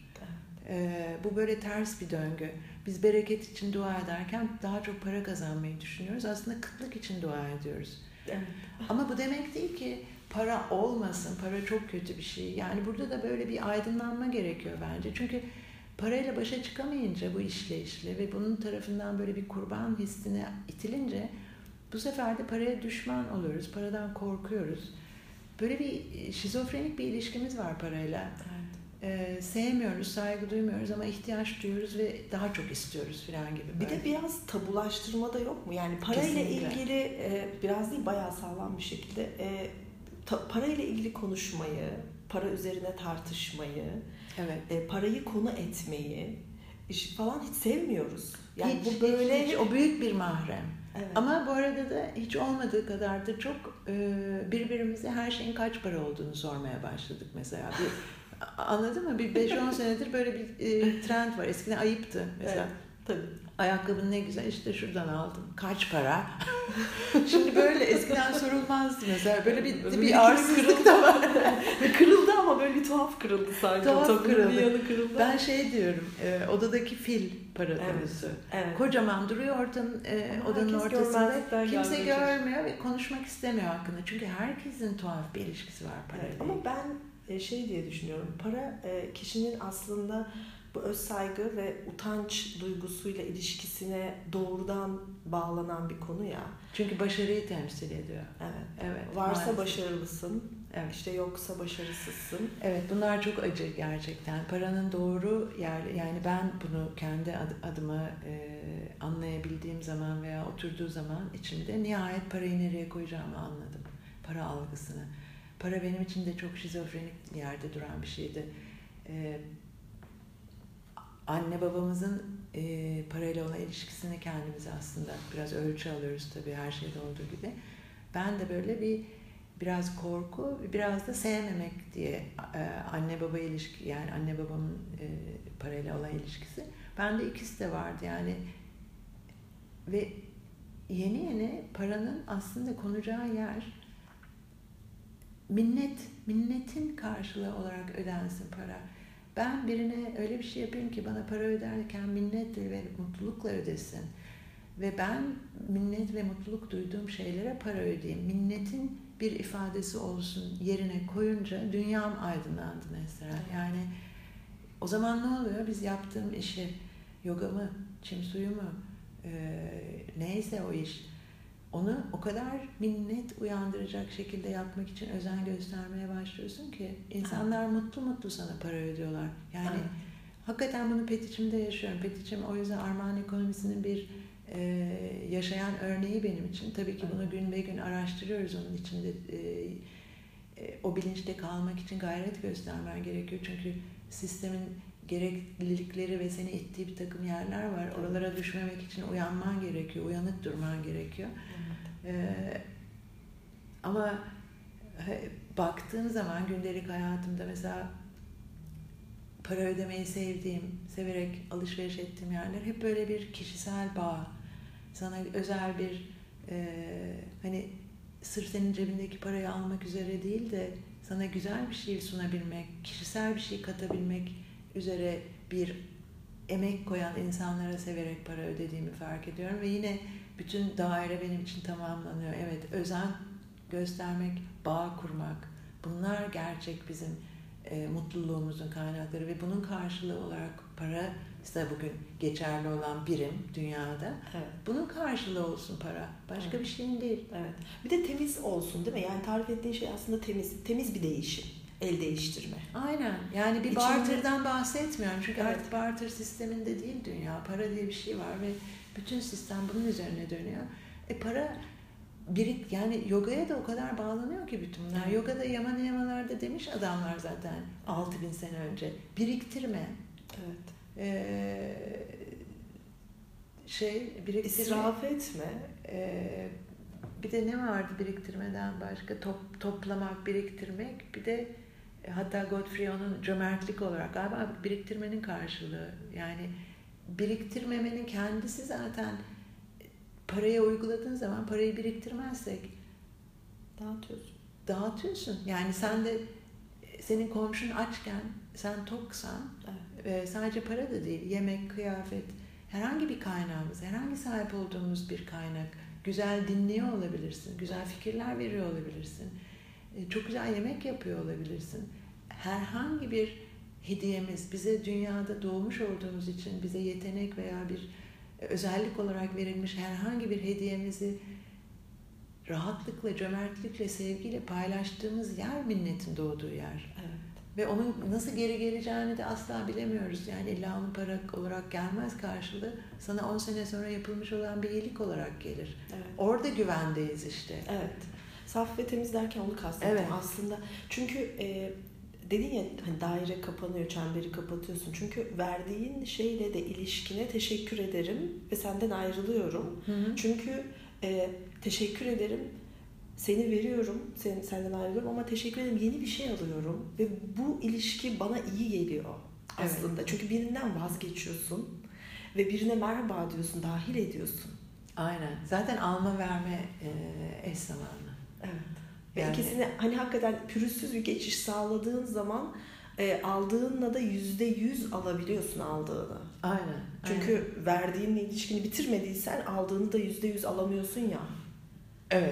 B: E, bu böyle ters bir döngü. Biz bereket için dua ederken daha çok para kazanmayı düşünüyoruz. Aslında kıtlık için dua ediyoruz. Evet. Ama bu demek değil ki para olmasın, para çok kötü bir şey. Yani burada da böyle bir aydınlanma gerekiyor bence. Çünkü parayla başa çıkamayınca bu işleyişle ve bunun tarafından böyle bir kurban hissine itilince bu sefer de paraya düşman oluyoruz, paradan korkuyoruz. Böyle bir şizofrenik bir ilişkimiz var parayla. Evet. Ee, sevmiyoruz, saygı duymuyoruz ama ihtiyaç duyuyoruz ve daha çok istiyoruz falan gibi.
A: Böyle. Bir de biraz tabulaştırma da yok mu? Yani parayla Kesinlikle. ilgili e, biraz değil bayağı sağlam bir şekilde e, ta, parayla ilgili konuşmayı, para üzerine tartışmayı, evet. e, parayı konu etmeyi iş falan hiç sevmiyoruz. Yani
B: hiç,
A: bu böyle
B: hiç, hiç, o büyük bir mahrem. Evet. Ama bu arada da hiç olmadığı kadar da çok e, birbirimize her şeyin kaç para olduğunu sormaya başladık mesela. Bir Anladın mı? Bir beş on senedir böyle bir e, trend var. Eskiden ayıptı. Mesela evet, tabii. Ayakkabın ne güzel, işte şuradan aldım. Kaç para? Şimdi böyle eskiden sorulmazdı mesela. Böyle bir, bir, bir arsızlık da var.
A: Kırıldı ama böyle bir tuhaf kırıldı sanki.
B: Tuhaf kırıldı. Bir yanı kırıldı. Ben şey diyorum, e, odadaki fil para konusu. Evet, evet. Kocaman duruyor ortanın, e, odanın ortasında. Kimse görmüyor ve konuşmak istemiyor hakkında. Çünkü herkesin tuhaf bir ilişkisi var parayla.
A: Evet, ama ben şey diye düşünüyorum. Para kişinin aslında bu öz saygı ve utanç duygusuyla ilişkisine doğrudan bağlanan bir konu ya.
B: Çünkü başarıyı temsil ediyor.
A: Evet. Evet. Varsa maalesef. Başarılısın. Evet. İşte yoksa başarısızsın.
B: Evet, bunlar çok acı gerçekten. Paranın doğru yer, yani ben bunu kendi adıma e, anlayabildiğim zaman veya oturduğu zaman içimde nihayet parayı nereye koyacağımı anladım. Para algısını. Para benim için de çok şizofrenik yerde duran bir şeydi. Ee, anne babamızın e, parayla olan ilişkisini kendimize aslında biraz ölçü alıyoruz tabii her şeyde olduğu gibi. Ben de böyle bir biraz korku, biraz da sevmemek diye e, anne baba ilişki, yani anne babamın e, parayla olan ilişkisi. Bende ikisi de vardı yani. Ve yeni yeni paranın aslında konacağı yer minnet, minnetin karşılığı olarak ödensin para. Ben birine öyle bir şey yapayım ki bana para öderken minnetle ve mutlulukla ödesin. Ve ben minnet ve mutluluk duyduğum şeylere para ödeyeyim. Minnetin bir ifadesi olsun yerine koyunca dünyam aydınlandı mesela. Yani o zaman ne oluyor? Biz yaptığım işi, yoga mı, çim suyu mu, e, neyse o iş, onu o kadar minnet uyandıracak şekilde yapmak için özen göstermeye başlıyorsun ki insanlar evet. mutlu mutlu sana para ödüyorlar. Yani evet. hakikaten bunu Petiçim'de yaşıyorum. Petiçim o yüzden Armağan ekonomisinin bir e, yaşayan örneği benim için. Tabii ki bunu gün be gün araştırıyoruz onun içinde. E, e, o bilinçte kalmak için gayret göstermen gerekiyor. Çünkü sistemin gereklilikleri ve seni ittiği bir takım yerler var. Oralara düşmemek için uyanman gerekiyor, uyanık durman gerekiyor. Evet. Ee, ama baktığım zaman gündelik hayatımda mesela para ödemeyi sevdiğim, severek alışveriş ettiğim yerler hep böyle bir kişisel bağ. Sana özel bir e, hani sırf senin cebindeki parayı almak üzere değil de sana güzel bir şey sunabilmek, kişisel bir şey katabilmek üzere bir emek koyan insanlara severek para ödediğimi fark ediyorum ve yine bütün daire benim için tamamlanıyor. Evet, özen göstermek, bağ kurmak, bunlar gerçek bizim e, mutluluğumuzun kaynakları ve bunun karşılığı olarak para, ise bugün geçerli olan birim dünyada. Evet. Bunun karşılığı olsun para. Başka evet. bir şeyin değil.
A: Evet. Bir de temiz olsun değil mi? Yani tarif ettiğin şey aslında temiz. Temiz bir değişim. El değiştirme.
B: Aynen. Yani bir İçinde... barter'dan bahsetmiyorum. Çünkü evet. artık barter sisteminde değil dünya. Para diye bir şey var ve bütün sistem bunun üzerine dönüyor. E para birik, yani yogaya da o kadar bağlanıyor ki bütün bunlar. Evet. Yogada yama yamalarda demiş adamlar zaten altı bin sene önce. Biriktirme.
A: Evet.
B: Ee, şey biriktirme.
A: İsraf etme.
B: Ee, bir de ne vardı biriktirmeden başka? Top, toplamak, biriktirmek. Bir de hatta Godfrey onun cömertlik olarak galiba biriktirmenin karşılığı. Yani biriktirmemenin kendisi zaten paraya uyguladığın zaman parayı biriktirmezsek
A: dağıtıyorsun.
B: Dağıtıyorsun. Yani sen de senin komşun açken sen toksan evet. ve sadece para da değil, yemek, kıyafet, herhangi bir kaynağımız, herhangi sahip olduğumuz bir kaynak, güzel dinliyor olabilirsin, güzel fikirler veriyor olabilirsin, çok güzel yemek yapıyor olabilirsin. Herhangi bir hediyemiz, bize dünyada doğmuş olduğumuz için bize yetenek veya bir özellik olarak verilmiş herhangi bir hediyemizi rahatlıkla, cömertlikle, sevgiyle paylaştığımız yer minnetin doğduğu yer. Evet. Ve onun nasıl geri geleceğini de asla bilemiyoruz. Yani illa onun para olarak gelmez karşılığı. Sana on sene sonra yapılmış olan bir iyilik olarak gelir. Evet. Orada güvendeyiz işte.
A: Evet. Saf ve temiz derken onu kastettim evet. aslında. Çünkü e, dedin ya hani daire kapanıyor, çemberi kapatıyorsun. Çünkü verdiğin şeyle de ilişkine teşekkür ederim ve senden ayrılıyorum. Hı hı. Çünkü e, teşekkür ederim, seni veriyorum, sen, senden ayrılıyorum ama teşekkür ederim, yeni bir şey alıyorum ve bu ilişki bana iyi geliyor aslında. Evet. Çünkü birinden vazgeçiyorsun ve birine merhaba diyorsun, dahil ediyorsun.
B: Aynen. Zaten alma verme e, eş zamanlı.
A: Evet. Ve yani... ikisini hani hakikaten pürüzsüz bir geçiş sağladığın zaman e, aldığınla da yüzde yüz alabiliyorsun aldığını.
B: Aynen.
A: Çünkü
B: aynen.
A: verdiğinle ilişkini bitirmediysen aldığını da yüzde yüz alamıyorsun ya.
B: Evet.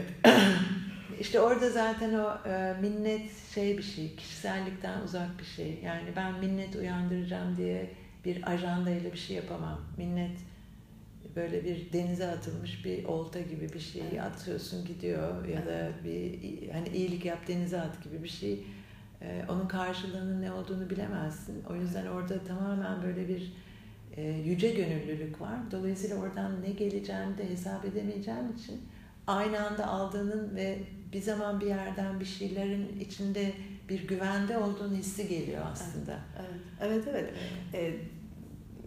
B: İşte orada zaten o e, minnet şey bir şey, kişisellikten uzak bir şey. Yani ben minnet uyandıracağım diye bir ajandayla bir şey yapamam. Minnet böyle bir denize atılmış bir olta gibi bir şey, evet. atıyorsun gidiyor ya evet. da bir hani iyilik yap denize at gibi bir şey. E, onun karşılığının ne olduğunu bilemezsin. O yüzden orada tamamen böyle bir e, yüce gönüllülük var. Dolayısıyla oradan ne geleceğini de hesap edemeyeceğin için aynı anda aldığının ve bir zaman bir yerden bir şeylerin içinde bir güvende olduğunu hissi geliyor aslında.
A: Evet, evet. evet. evet. Ee,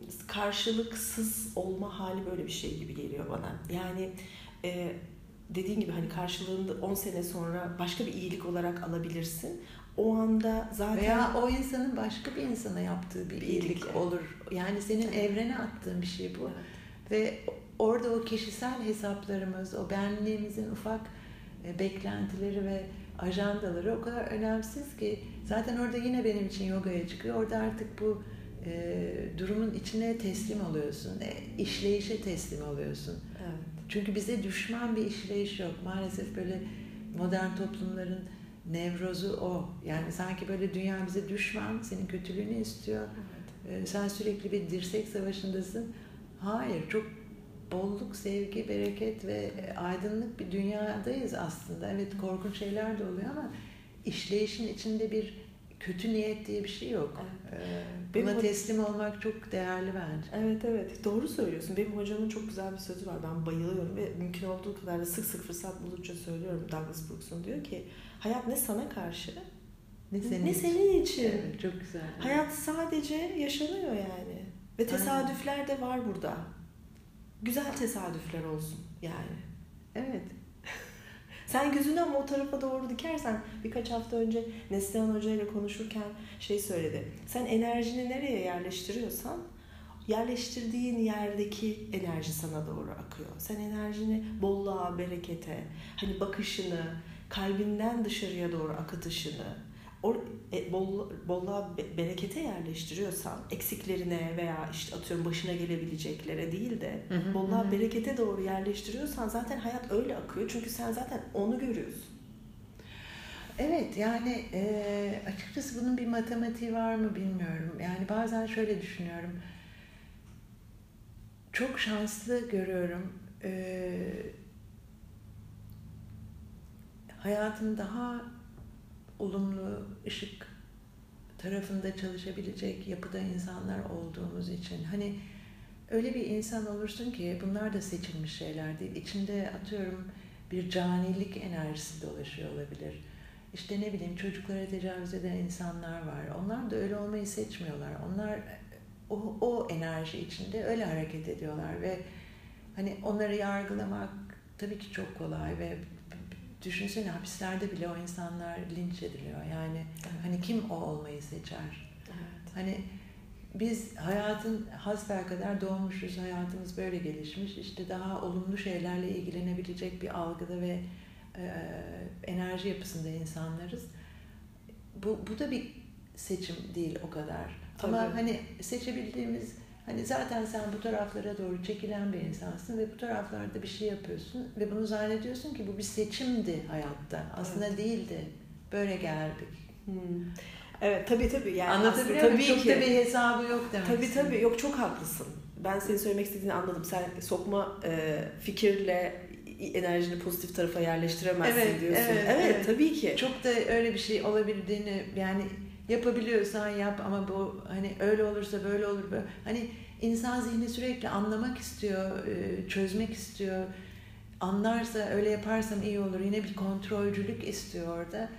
A: karşılıksız olma hali böyle bir şey gibi geliyor bana. Yani e, dediğin gibi hani karşılığında on sene sonra başka bir iyilik olarak alabilirsin. O anda zaten...
B: Veya o insanın başka bir insana yaptığı bir, bir iyilik iyilik olur. Yani senin evet. evrene attığın bir şey bu. Evet. Ve orada o kişisel hesaplarımız, o benliğimizin ufak beklentileri ve ajandaları o kadar önemsiz ki zaten orada yine benim için yogaya çıkıyor. Orada artık bu e, durumun içine teslim oluyorsun. E, işleyişe teslim oluyorsun.
A: Evet.
B: Çünkü bize düşman bir işleyiş yok. Maalesef böyle modern toplumların nevrozu o. Yani sanki böyle dünya bize düşman, senin kötülüğünü istiyor. Evet. E, sen sürekli bir dirsek savaşındasın. Hayır, çok bolluk, sevgi, bereket ve aydınlık bir dünyadayız aslında. Evet, korkunç şeyler de oluyor ama işleyişin içinde bir kötü niyet diye bir şey yok. Evet. Ee, buna teslim olmak çok değerli bence.
A: Evet evet, doğru söylüyorsun. Benim hocamın çok güzel bir sözü var. Ben bayılıyorum ve mümkün olduğu kadar da sık sık fırsat buldukça söylüyorum. Douglas Brooks'un diyor ki hayat ne sana karşı
B: ne senin,
A: ne
B: için.
A: senin için.
B: Evet, çok güzel.
A: Hayat sadece yaşanıyor yani. Ve tesadüfler de var burada. Güzel tesadüfler olsun yani.
B: Evet.
A: Sen gözünü ama o tarafa doğru dikersen, birkaç hafta önce Neslihan Hoca ile konuşurken şey söyledi. Sen enerjini nereye yerleştiriyorsan yerleştirdiğin yerdeki enerji sana doğru akıyor. Sen enerjini bolluğa, berekete, hani bakışını, kalbinden dışarıya doğru akıtışını, o e, bol, bolluğa, be, berekete yerleştiriyorsan, eksiklerine veya işte atıyorum başına gelebileceklere değil de hı hı, bolluğa, hı. berekete doğru yerleştiriyorsan zaten hayat öyle akıyor. Çünkü sen zaten onu görüyorsun.
B: Evet, yani e, açıkçası bunun bir matematiği var mı bilmiyorum. Yani bazen şöyle düşünüyorum. Çok şanslı görüyorum. E, hayatım daha olumlu, ışık tarafında çalışabilecek yapıda insanlar olduğumuz için. Hani öyle bir insan olursun ki bunlar da seçilmiş şeyler değil. İçinde atıyorum bir canilik enerjisi dolaşıyor olabilir. İşte ne bileyim çocuklara tecavüz eden insanlar var. Onlar da öyle olmayı seçmiyorlar. Onlar o, o enerji içinde öyle hareket ediyorlar ve hani onları yargılamak tabii ki çok kolay ve düşünsene hapislerde bile o insanlar linç ediliyor. Yani evet. Hani kim o olmayı seçer? Evet. Hani biz hayatın hasbelkader doğmuşuz, hayatımız böyle gelişmiş. İşte daha olumlu şeylerle ilgilenebilecek bir algıda ve e, enerji yapısında insanlarız. Bu, bu da bir seçim değil o kadar. Tabii. Ama hani seçebildiğimiz, hani zaten sen bu taraflara doğru çekilen bir insansın ve bu taraflarda bir şey yapıyorsun ve bunu zannediyorsun ki bu bir seçimdi hayatta. Aslında evet. Değildi. Böyle geldik.
A: Hmm. Evet tabii tabii. Yani
B: anlatabiliyor muyum? Çok ki. Da bir hesabı yok demek.
A: Tabii istedim. Tabii yok, çok haklısın. Ben senin söylemek istediğini anladım. Sen sokma e, fikirle enerjini pozitif tarafa yerleştiremezsin evet, diyorsun.
B: Evet,
A: evet,
B: evet
A: tabii ki.
B: Çok da öyle bir şey olabildiğini yani yapabiliyorsan yap ama bu hani öyle olursa böyle olur böyle. Hani insan zihni sürekli anlamak istiyor, çözmek istiyor. Anlarsa öyle yaparsam iyi olur. Yine bir kontrolcülük istiyor orada.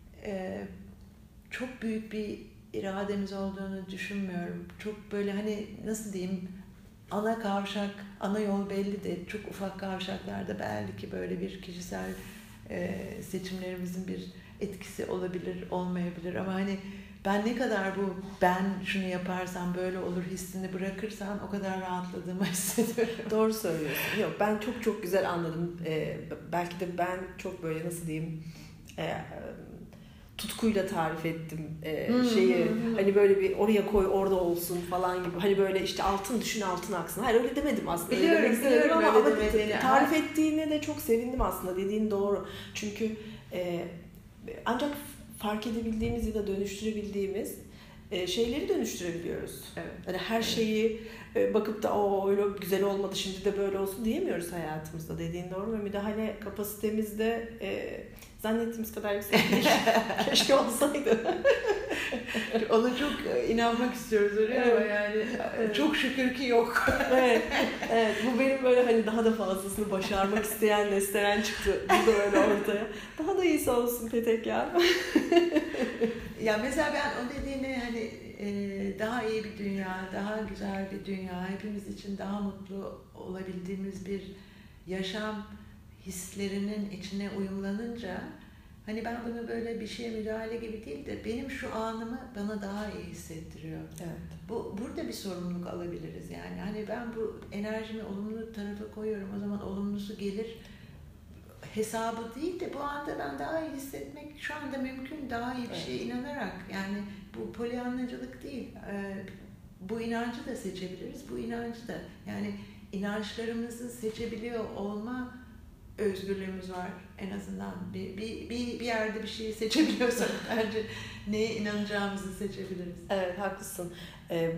B: Çok büyük bir irademiz olduğunu düşünmüyorum. Çok böyle hani nasıl diyeyim, ana kavşak, ana yol belli de çok ufak kavşaklarda belki böyle bir kişisel seçimlerimizin bir etkisi olabilir, olmayabilir ama hani ben ne kadar bu ben şunu yaparsam böyle olur hissini bırakırsam o kadar rahatladığımı hissediyorum.
A: Doğru söylüyorsun. Yok, ben çok çok güzel anladım. Ee, belki de ben çok böyle nasıl diyeyim e, tutkuyla tarif ettim e, şeyi. Hmm. Hani böyle bir oraya koy orada olsun falan gibi. Hani böyle işte altın düşün altın aksın. Hayır öyle demedim aslında.
B: Biliyorum,
A: öyle
B: biliyorum
A: ama, ama
B: demediğini.
A: tarif ettiğine de çok sevindim aslında. Dediğin doğru. Çünkü e, ancak fark edebildiğimiz ya da dönüştürebildiğimiz e, şeyleri dönüştürebiliyoruz.
B: Evet.
A: Yani her şeyi e, bakıp da o öyle güzel olmadı şimdi de böyle olsun diyemiyoruz hayatımızda. Dediğin doğru ve müdahale kapasitemiz de e, zannettiğimiz kadar yüksek değil. Keşke olsaydı.
B: Ona çok inanmak istiyoruz öyle evet. Ama yani evet. Çok şükür ki yok.
A: Evet. Evet. Bu benim böyle hani daha da fazlasını başarmak isteyen Neslihan çıktı. Bu da öyle ortaya. Daha da iyisi olsun Petek ya.
B: Ya mesela ben o dediğini hani e, daha iyi bir dünya, daha güzel bir dünya, hepimiz için daha mutlu olabildiğimiz bir yaşam hislerinin içine uyumlanınca, hani ben bunu böyle bir şeye müdahale gibi değil de benim şu anımı bana daha iyi hissettiriyor.
A: Evet.
B: Bu burada bir sorumluluk alabiliriz yani. Hani ben bu enerjimi olumlu tarafa koyuyorum, o zaman olumlusu gelir hesabı değil de bu anda ben daha iyi hissetmek şu anda mümkün, daha iyi bir
A: Evet.
B: şeye inanarak, yani bu polyanlacılık değil. Ee, bu inancı da seçebiliriz, bu inancı da, yani inançlarımızı seçebiliyor olma özgürlüğümüz var en azından. Bir, bir, bir, bir yerde bir şeyi seçebiliyorsak bence neye inanacağımızı seçebiliriz.
A: Evet, haklısın. Ee,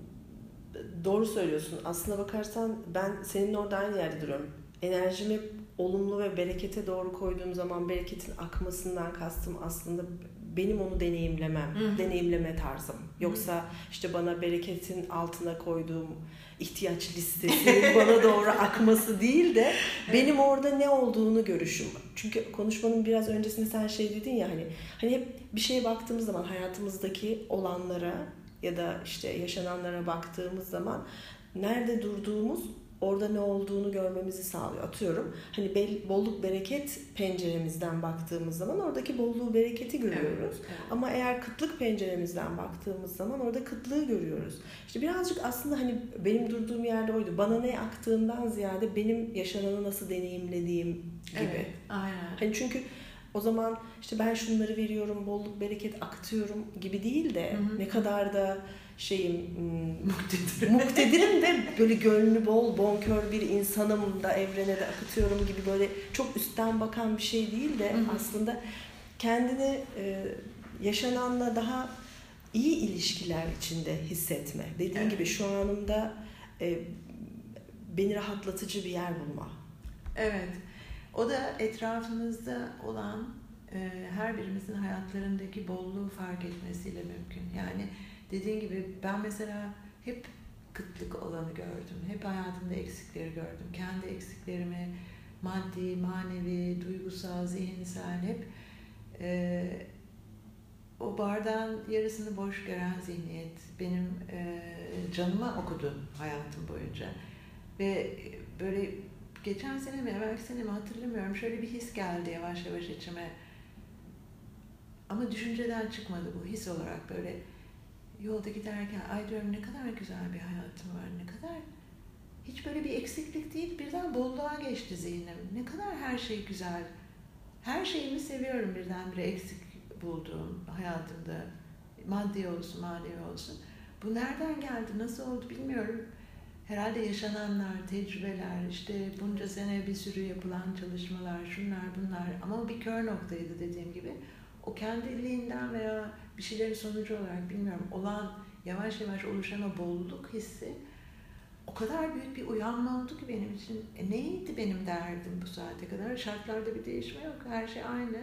A: doğru söylüyorsun. Aslına bakarsan ben senin orada aynı yerde duruyorum. Enerjimi olumlu ve berekete doğru koyduğum zaman bereketin akmasından kastım aslında benim onu deneyimlemem,
B: Hı-hı.
A: deneyimleme tarzım. Yoksa işte bana bereketin altına koyduğum ihtiyaç listesinin bana doğru akması değil de benim orada ne olduğunu görüşüm. Çünkü konuşmanın biraz öncesinde sen şey dedin ya, hani hani hep bir şeye baktığımız zaman, hayatımızdaki olanlara ya da işte yaşananlara baktığımız zaman nerede durduğumuz orada ne olduğunu görmemizi sağlıyor. Atıyorum hani bel, bolluk bereket penceremizden baktığımız zaman oradaki bolluğu bereketi görüyoruz.
B: Evet, evet.
A: Ama eğer kıtlık penceremizden baktığımız zaman orada kıtlığı görüyoruz. İşte birazcık aslında hani benim durduğum yerde oydu. Bana ne aktığından ziyade benim yaşananı nasıl deneyimlediğim gibi.
B: Evet, aynen.
A: Hani çünkü o zaman işte ben şunları veriyorum, bolluk bereket akıtıyorum gibi değil de, hı hı, ne kadar da şeyim
B: muktedirim.
A: muktedirim de böyle gönlü bol, bonkör bir insanım da evrene de akıtıyorum gibi böyle çok üstten bakan bir şey değil de, hı hı, aslında kendini e, yaşananla daha iyi ilişkiler içinde hissetme. Dediğin, evet, gibi şu anımda e, beni rahatlatıcı bir yer bulma.
B: Evet. O da etrafımızda olan e, her birimizin hayatlarındaki bolluğu fark etmesiyle mümkün. Yani dediğin gibi ben mesela hep kıtlık olanı gördüm. Hep hayatımda eksikleri gördüm. Kendi eksiklerimi maddi, manevi, duygusal, zihinsel hep e, o bardağın yarısını boş gören zihniyet benim e, canıma okudu hayatım boyunca. Ve böyle geçen sene mi, evvelki sene mi hatırlamıyorum. Şöyle bir his geldi yavaş yavaş içime. Ama düşünceden çıkmadı bu his olarak, böyle yolda giderken ay diyorum ne kadar güzel bir hayatım var, ne kadar hiç böyle bir eksiklik değil, birden bolluğa geçti zihnim. Ne kadar her şey güzel. Her şeyimi seviyorum birdenbire eksik bulduğum hayatımda. Maddi olsun, manevi olsun. Bu nereden geldi, nasıl oldu bilmiyorum. Herhalde yaşananlar, tecrübeler, işte bunca sene bir sürü yapılan çalışmalar, şunlar bunlar. Ama o bir kör noktaydı dediğim gibi. O kendiliğinden veya bir şeylerin sonucu olarak bilmiyorum olan yavaş yavaş oluşan o bolluk hissi o kadar büyük bir uyanma oldu ki benim için. E neydi benim derdim bu saate kadar? Şartlarda bir değişme yok, her şey aynı.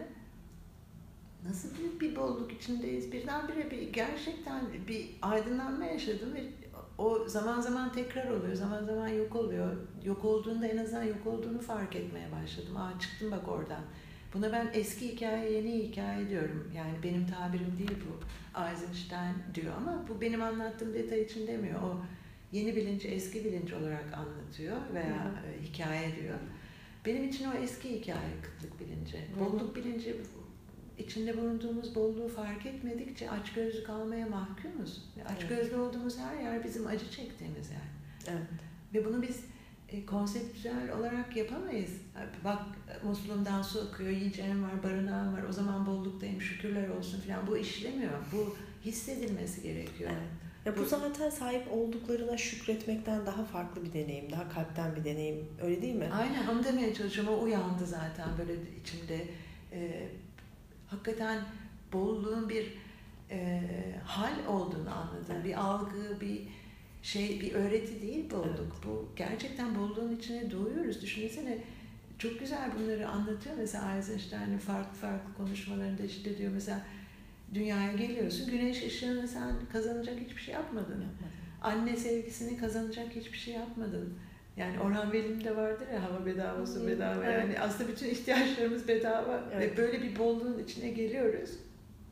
B: Nasıl büyük bir bolluk içindeyiz? Birdenbire bir gerçekten bir aydınlanma yaşadım ve o zaman zaman tekrar oluyor, zaman zaman yok oluyor. Yok olduğunda en azından yok olduğunu fark etmeye başladım. Aa çıktım bak oradan. Buna ben eski hikaye, yeni hikaye diyorum. Yani benim tabirim değil bu. Eisenstein diyor ama bu benim anlattığım detay için demiyor. O yeni bilinci eski bilinç olarak anlatıyor veya hı-hı, hikaye diyor. Benim için o eski hikaye kıtlık bilinci. Hı-hı. Bolluk bilinci, içinde bulunduğumuz bolluğu fark etmedikçe açgözlü kalmaya mahkumuz. Açgözlü olduğumuz her yer bizim acı çektiğimiz yer.
A: Evet.
B: Ve bunu biz e, konseptüel olarak yapamayız. Bak musluğumdan su akıyor, yiyeceğim var, barınağım var, o zaman bolluktayım, şükürler olsun falan. Bu işlemiyor. Bu hissedilmesi gerekiyor.
A: Evet. Ya bu zaten sahip olduklarına şükretmekten daha farklı bir deneyim, daha kalpten bir deneyim. Öyle değil mi?
B: Aynen, onu demeye çalışıyorum. O uyandı zaten böyle içimde. E, hakikaten bolluğun bir e, hal olduğunu anladım. Evet. Bir algı, bir şey, bir öğreti değil bolluk. Evet. Bu gerçekten bolluğun içine doğuyoruz. Düşünsene, çok güzel bunları anlatıyor. Mesela Eisenstein'in farklı farklı konuşmalarında işte diyor mesela dünyaya geliyorsun, güneş ışığını sen kazanacak hiçbir şey yapmadın. Yapmadım. Anne sevgisini kazanacak hiçbir şey yapmadın. Yani Orhan Veli'nin de vardır ya, hava bedava, su bedava. Evet. Yani aslında bütün ihtiyaçlarımız bedava. Evet. Ve böyle bir bolluğun içine geliyoruz.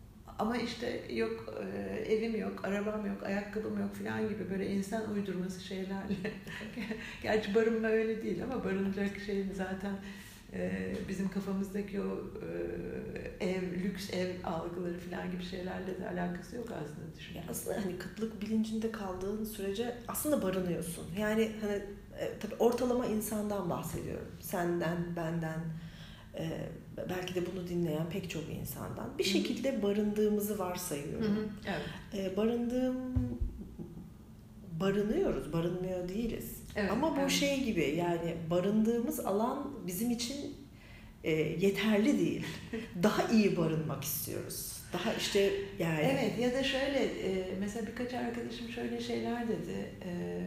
B: Ama işte yok e, evim yok, arabam yok, ayakkabım yok falan gibi böyle insan uydurması şeylerle. Gerçi barınma öyle değil ama barınacak şey zaten e, bizim kafamızdaki o e, ev, lüks ev algıları falan gibi şeylerle de alakası yok aslında düşünüyorum.
A: Aslında hani kıtlık bilincinde kaldığın sürece aslında barınıyorsun. Yani hani e, tabii ortalama insandan bahsediyorum. Senden, benden, e, belki de bunu dinleyen pek çok insandan. Bir şekilde barındığımızı varsayıyorum.
B: Hı hı, evet.
A: E, barındığım barınıyoruz, barınmıyor değiliz.
B: Evet,
A: ama bu
B: evet.
A: şey gibi, yani barındığımız alan bizim için e, yeterli değil. Daha iyi barınmak istiyoruz. Daha işte yani.
B: Evet, ya da şöyle e, mesela birkaç arkadaşım şöyle şeyler dedi. E,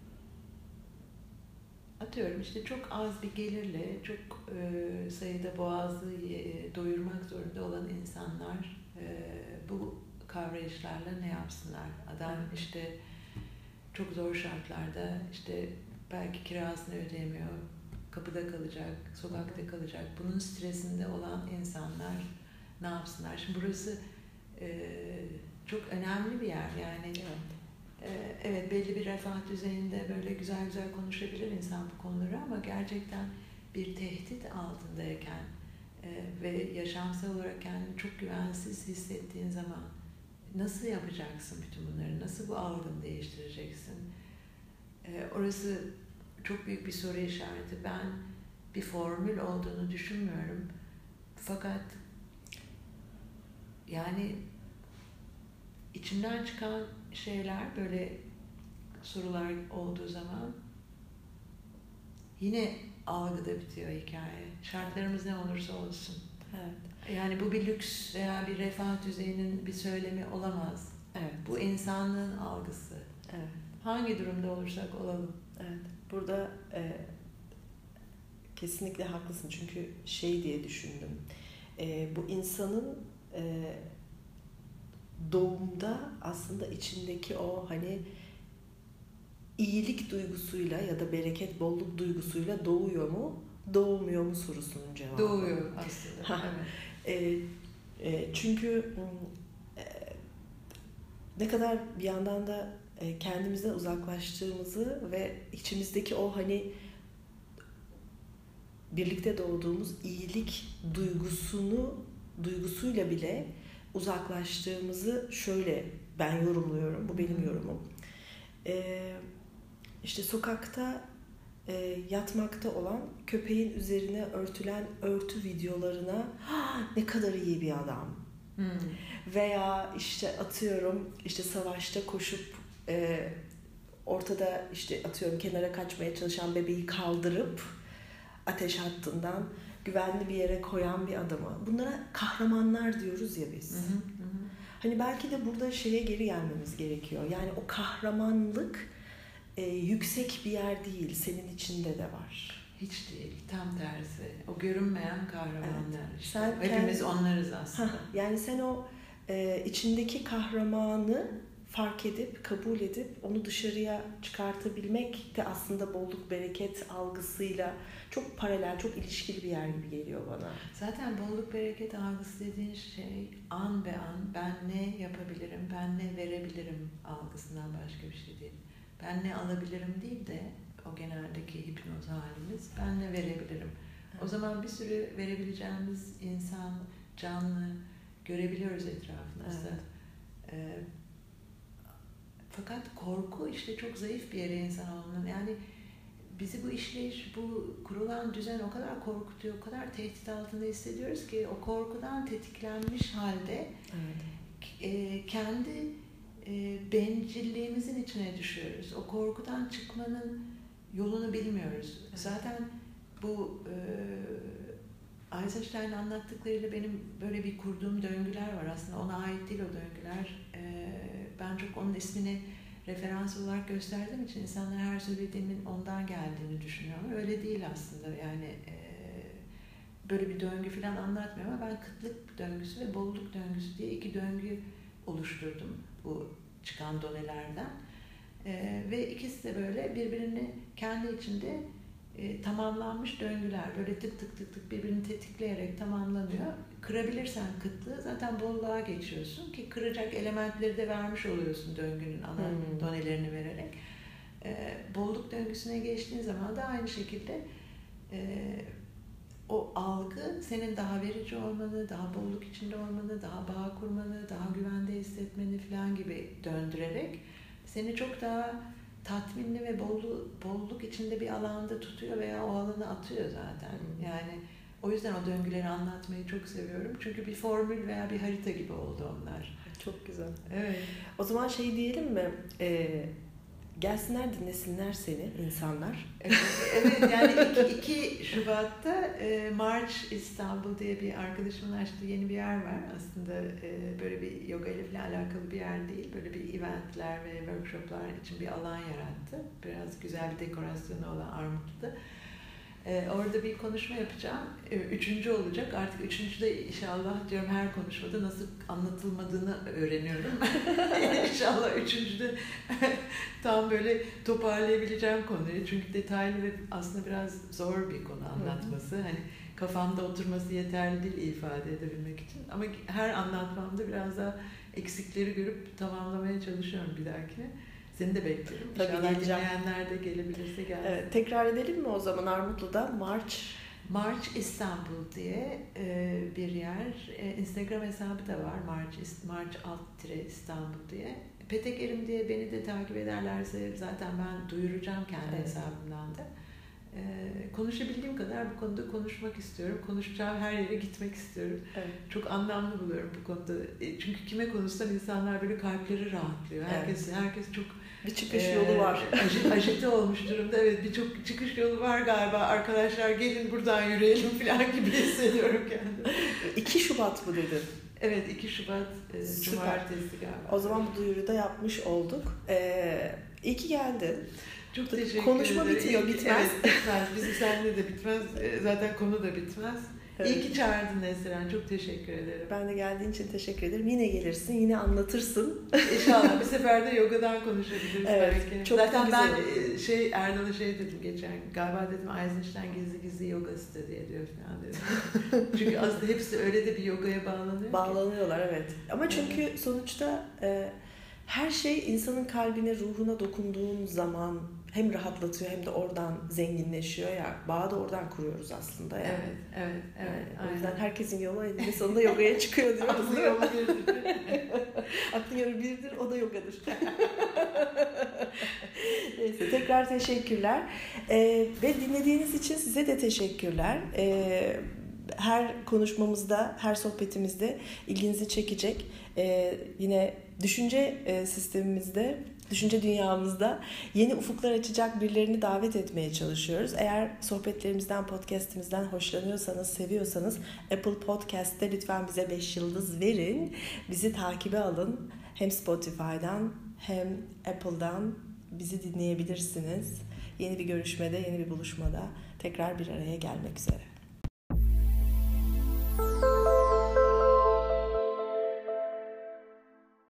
B: atıyorum işte çok az bir gelirle çok e, sayıda boğazı e, doyurmak zorunda olan insanlar e, bu kavrayışlarla ne yapsınlar? Adam işte çok zor şartlarda işte belki kirasını ödeyemiyor, kapıda kalacak, sokakta kalacak. Bunun stresinde olan insanlar ne yapsınlar? Şimdi burası e, çok önemli bir yer yani.
A: Evet.
B: E, evet, belli bir refah düzeyinde böyle güzel güzel konuşabilir insan bu konuları ama gerçekten bir tehdit altındayken e, ve yaşamsal olarak kendini çok güvensiz hissettiğin zaman nasıl yapacaksın bütün bunları? Nasıl bu algını değiştireceksin? Ee, orası çok büyük bir soru işareti. Ben bir formül olduğunu düşünmüyorum. Fakat yani içimden çıkan şeyler, böyle sorular olduğu zaman yine algıda bitiyor hikaye. Şartlarımız ne olursa olsun.
A: Evet.
B: Yani bu bir lüks veya bir refah düzeyinin bir söylemi olamaz.
A: Evet.
B: Bu insanlığın algısı.
A: Evet.
B: Hangi durumda olursak olalım.
A: Evet. Burada e, kesinlikle haklısın, çünkü şey diye düşündüm. E, bu insanın e, doğumda aslında içindeki o hani iyilik duygusuyla ya da bereket, bolluk duygusuyla doğuyor mu, doğmuyor mu sorusunun cevabı.
B: Doğuyor aslında. Evet.
A: E, e, çünkü e, ne kadar bir yandan da e, kendimizden uzaklaştığımızı ve içimizdeki o hani birlikte doğduğumuz iyilik duygusunu duygusuyla bile uzaklaştığımızı şöyle ben yorumluyorum. Bu benim yorumum. Ee, işte sokakta e, yatmakta olan köpeğin üzerine örtülen örtü videolarına ne kadar iyi bir adam.
B: Hmm.
A: Veya işte atıyorum işte savaşta koşup e, ortada işte atıyorum kenara kaçmaya çalışan bebeği kaldırıp ateş hattından güvenli bir yere koyan bir adamı. Bunlara kahramanlar diyoruz ya biz.
B: Hı hı, hı.
A: Hani belki de burada şeye geri gelmemiz gerekiyor. Yani o kahramanlık e, yüksek bir yer değil. Senin içinde de var.
B: Hiç değil. Tam tersi. O görünmeyen kahramanlar.
A: Evet.
B: İşte.
A: Sen
B: Hepimiz
A: kendi,
B: onlarız aslında.
A: Heh, yani sen o e, içindeki kahramanı fark edip, kabul edip onu dışarıya çıkartabilmek de aslında bolluk, bereket algısıyla çok paralel, çok ilişkili bir yer gibi geliyor bana.
B: Zaten bolluk, bereket algısı dediğin şey an be an ben ne yapabilirim, ben ne verebilirim algısından başka bir şey değil. Ben ne alabilirim değil de o geneldeki hipnoz halimiz, ben ne verebilirim. Evet. O zaman bir sürü verebileceğimiz insan, canlı görebiliyoruz etrafımızda. Evet. Ee, Fakat korku işte çok zayıf bir yere insanoğlunun. Yani bizi bu işleyiş, bu kurulan düzen o kadar korkutuyor, o kadar tehdit altında hissediyoruz ki o korkudan tetiklenmiş halde evet. e, kendi e, bencilliğimizin içine düşüyoruz. O korkudan çıkmanın yolunu bilmiyoruz. Evet. Zaten bu e, Eisenstein'in anlattıklarıyla benim böyle bir kurduğum döngüler var. Aslında ona ait değil o döngüler. E, ben çok onun ismini referans olarak gösterdiğim için insanlar her söylediğimin ondan geldiğini düşünüyorum. Öyle değil aslında. Yani e, böyle bir döngü falan anlatmıyorum ama ben kıtlık döngüsü ve bolluk döngüsü diye iki döngü oluşturdum bu çıkan donelerden. E, ve ikisi de böyle birbirini kendi içinde e, tamamlanmış döngüler böyle tık tık tık tık birbirini tetikleyerek tamamlanıyor. Kırabilirsen kıtlığı zaten bolluğa geçiyorsun ki kıracak elementleri de vermiş oluyorsun döngünün ana hmm. donelerini vererek. E, bolluk döngüsüne geçtiğin zaman da aynı şekilde e, o algı senin daha verici olmanı, daha bolluk içinde olmanı, daha bağ kurmanı, daha güvende hissetmeni falan gibi döndürerek seni çok daha tatminli ve bolluk, bolluk içinde bir alanda tutuyor veya o alanı atıyor zaten. Yani o yüzden o döngüleri anlatmayı çok seviyorum. Çünkü bir formül veya bir harita gibi oldu onlar.
A: Çok güzel.
B: Evet.
A: O zaman şey diyelim mi? Ee, gelsinler dinlesinler seni insanlar.
B: Evet, evet yani iki Şubat'ta e, March İstanbul diye bir arkadaşımın açtığı yeni bir yer var. Aslında e, böyle bir yoga ile falan alakalı bir yer değil. Böyle bir eventler ve workshoplar için bir alan yarattı. Biraz güzel bir dekorasyonu olan Armutlu'da. Ee, orada bir konuşma yapacağım. Ee, üçüncü olacak. Artık üçüncüde inşallah diyorum her konuşmada nasıl anlatılmadığını öğreniyorum. İnşallah üçüncüde tam böyle toparlayabileceğim konuyu. Çünkü detaylı ve aslında biraz zor bir konu anlatması. Hani kafamda oturması yeterli değil ifade edebilmek için. Ama her anlatmamda biraz daha eksikleri görüp tamamlamaya çalışıyorum bir dahakine. Seni de bekliyorum.
A: Tabii
B: İnşallah
A: geleceğim.
B: dinleyenler de gelebilirse gelsin.
A: Evet, tekrar edelim mi o zaman Armutlu'da March?
B: March İstanbul diye e, bir yer. E, Instagram hesabı da var. March, March alt İstanbul diye. Petek Erim diye beni de takip ederlerse zaten ben duyuracağım kendi evet. hesabımdan da. E, konuşabildiğim kadar bu konuda konuşmak istiyorum. Konuşacağım her yere gitmek istiyorum. Evet. Çok anlamlı buluyorum bu konuda. E, çünkü kime konuşsam insanlar böyle kalpleri rahatlıyor. Herkes evet. herkes çok
A: bir çıkış e, yolu var.
B: Ajite olmuş durumda. Evet, birçok çıkış yolu var galiba. Arkadaşlar gelin buradan yürüyelim falan gibi hissediyorum kendimi.
A: iki Şubat mı dedin?
B: Evet, iki Şubat e, Cumartesi galiba.
A: O zaman bu duyuruyu da yapmış olduk. Ee, iyi ki geldin.
B: Çok teşekkür
A: Konuşma
B: ederim.
A: bitiyor, bitmez.
B: Evet, bitmez. Bizim seninle de bitmez. Zaten konu da bitmez. Evet. İyi ki çağırdın Neslihan. Çok teşekkür ederim.
A: Ben de geldiğin için teşekkür ederim. Yine gelirsin, yine anlatırsın.
B: İnşallah. Bir seferde yogadan konuşabiliriz
A: evet,
B: belki.
A: Çok
B: Zaten
A: güzel.
B: ben şey Erdal'a şey dedim geçen. Galiba dedim Eisenstein gizli gizli yoga site diye diyor falan dedim. Çünkü aslında hepsi öyle de bir yogaya bağlanıyor.
A: Bağlanıyorlar
B: ki.
A: evet. Ama çünkü evet. sonuçta e, her şey insanın kalbine, ruhuna dokunduğun zaman hem rahatlatıyor hem de oradan zenginleşiyor ya. Bağı da oradan kuruyoruz aslında yani.
B: Evet, evet, evet.
A: Yani, o yüzden herkesin yolu eninde sonunda yogaya çıkıyor diyoruz.
B: Aklı yolu birdir.
A: Aklı yolu birdir, o da yogadır. Neyse, tekrar teşekkürler. Ee, ve dinlediğiniz için size de teşekkürler. Ee, her konuşmamızda, her sohbetimizde ilginizi çekecek. Ee, yine düşünce sistemimizde, düşünce dünyamızda yeni ufuklar açacak birilerini davet etmeye çalışıyoruz. Eğer sohbetlerimizden, podcastimizden hoşlanıyorsanız, seviyorsanız Apple Podcast'te lütfen bize beş yıldız verin. Bizi takibe alın. Hem Spotify'dan hem Apple'dan bizi dinleyebilirsiniz. Yeni bir görüşmede, yeni bir buluşmada tekrar bir araya gelmek üzere.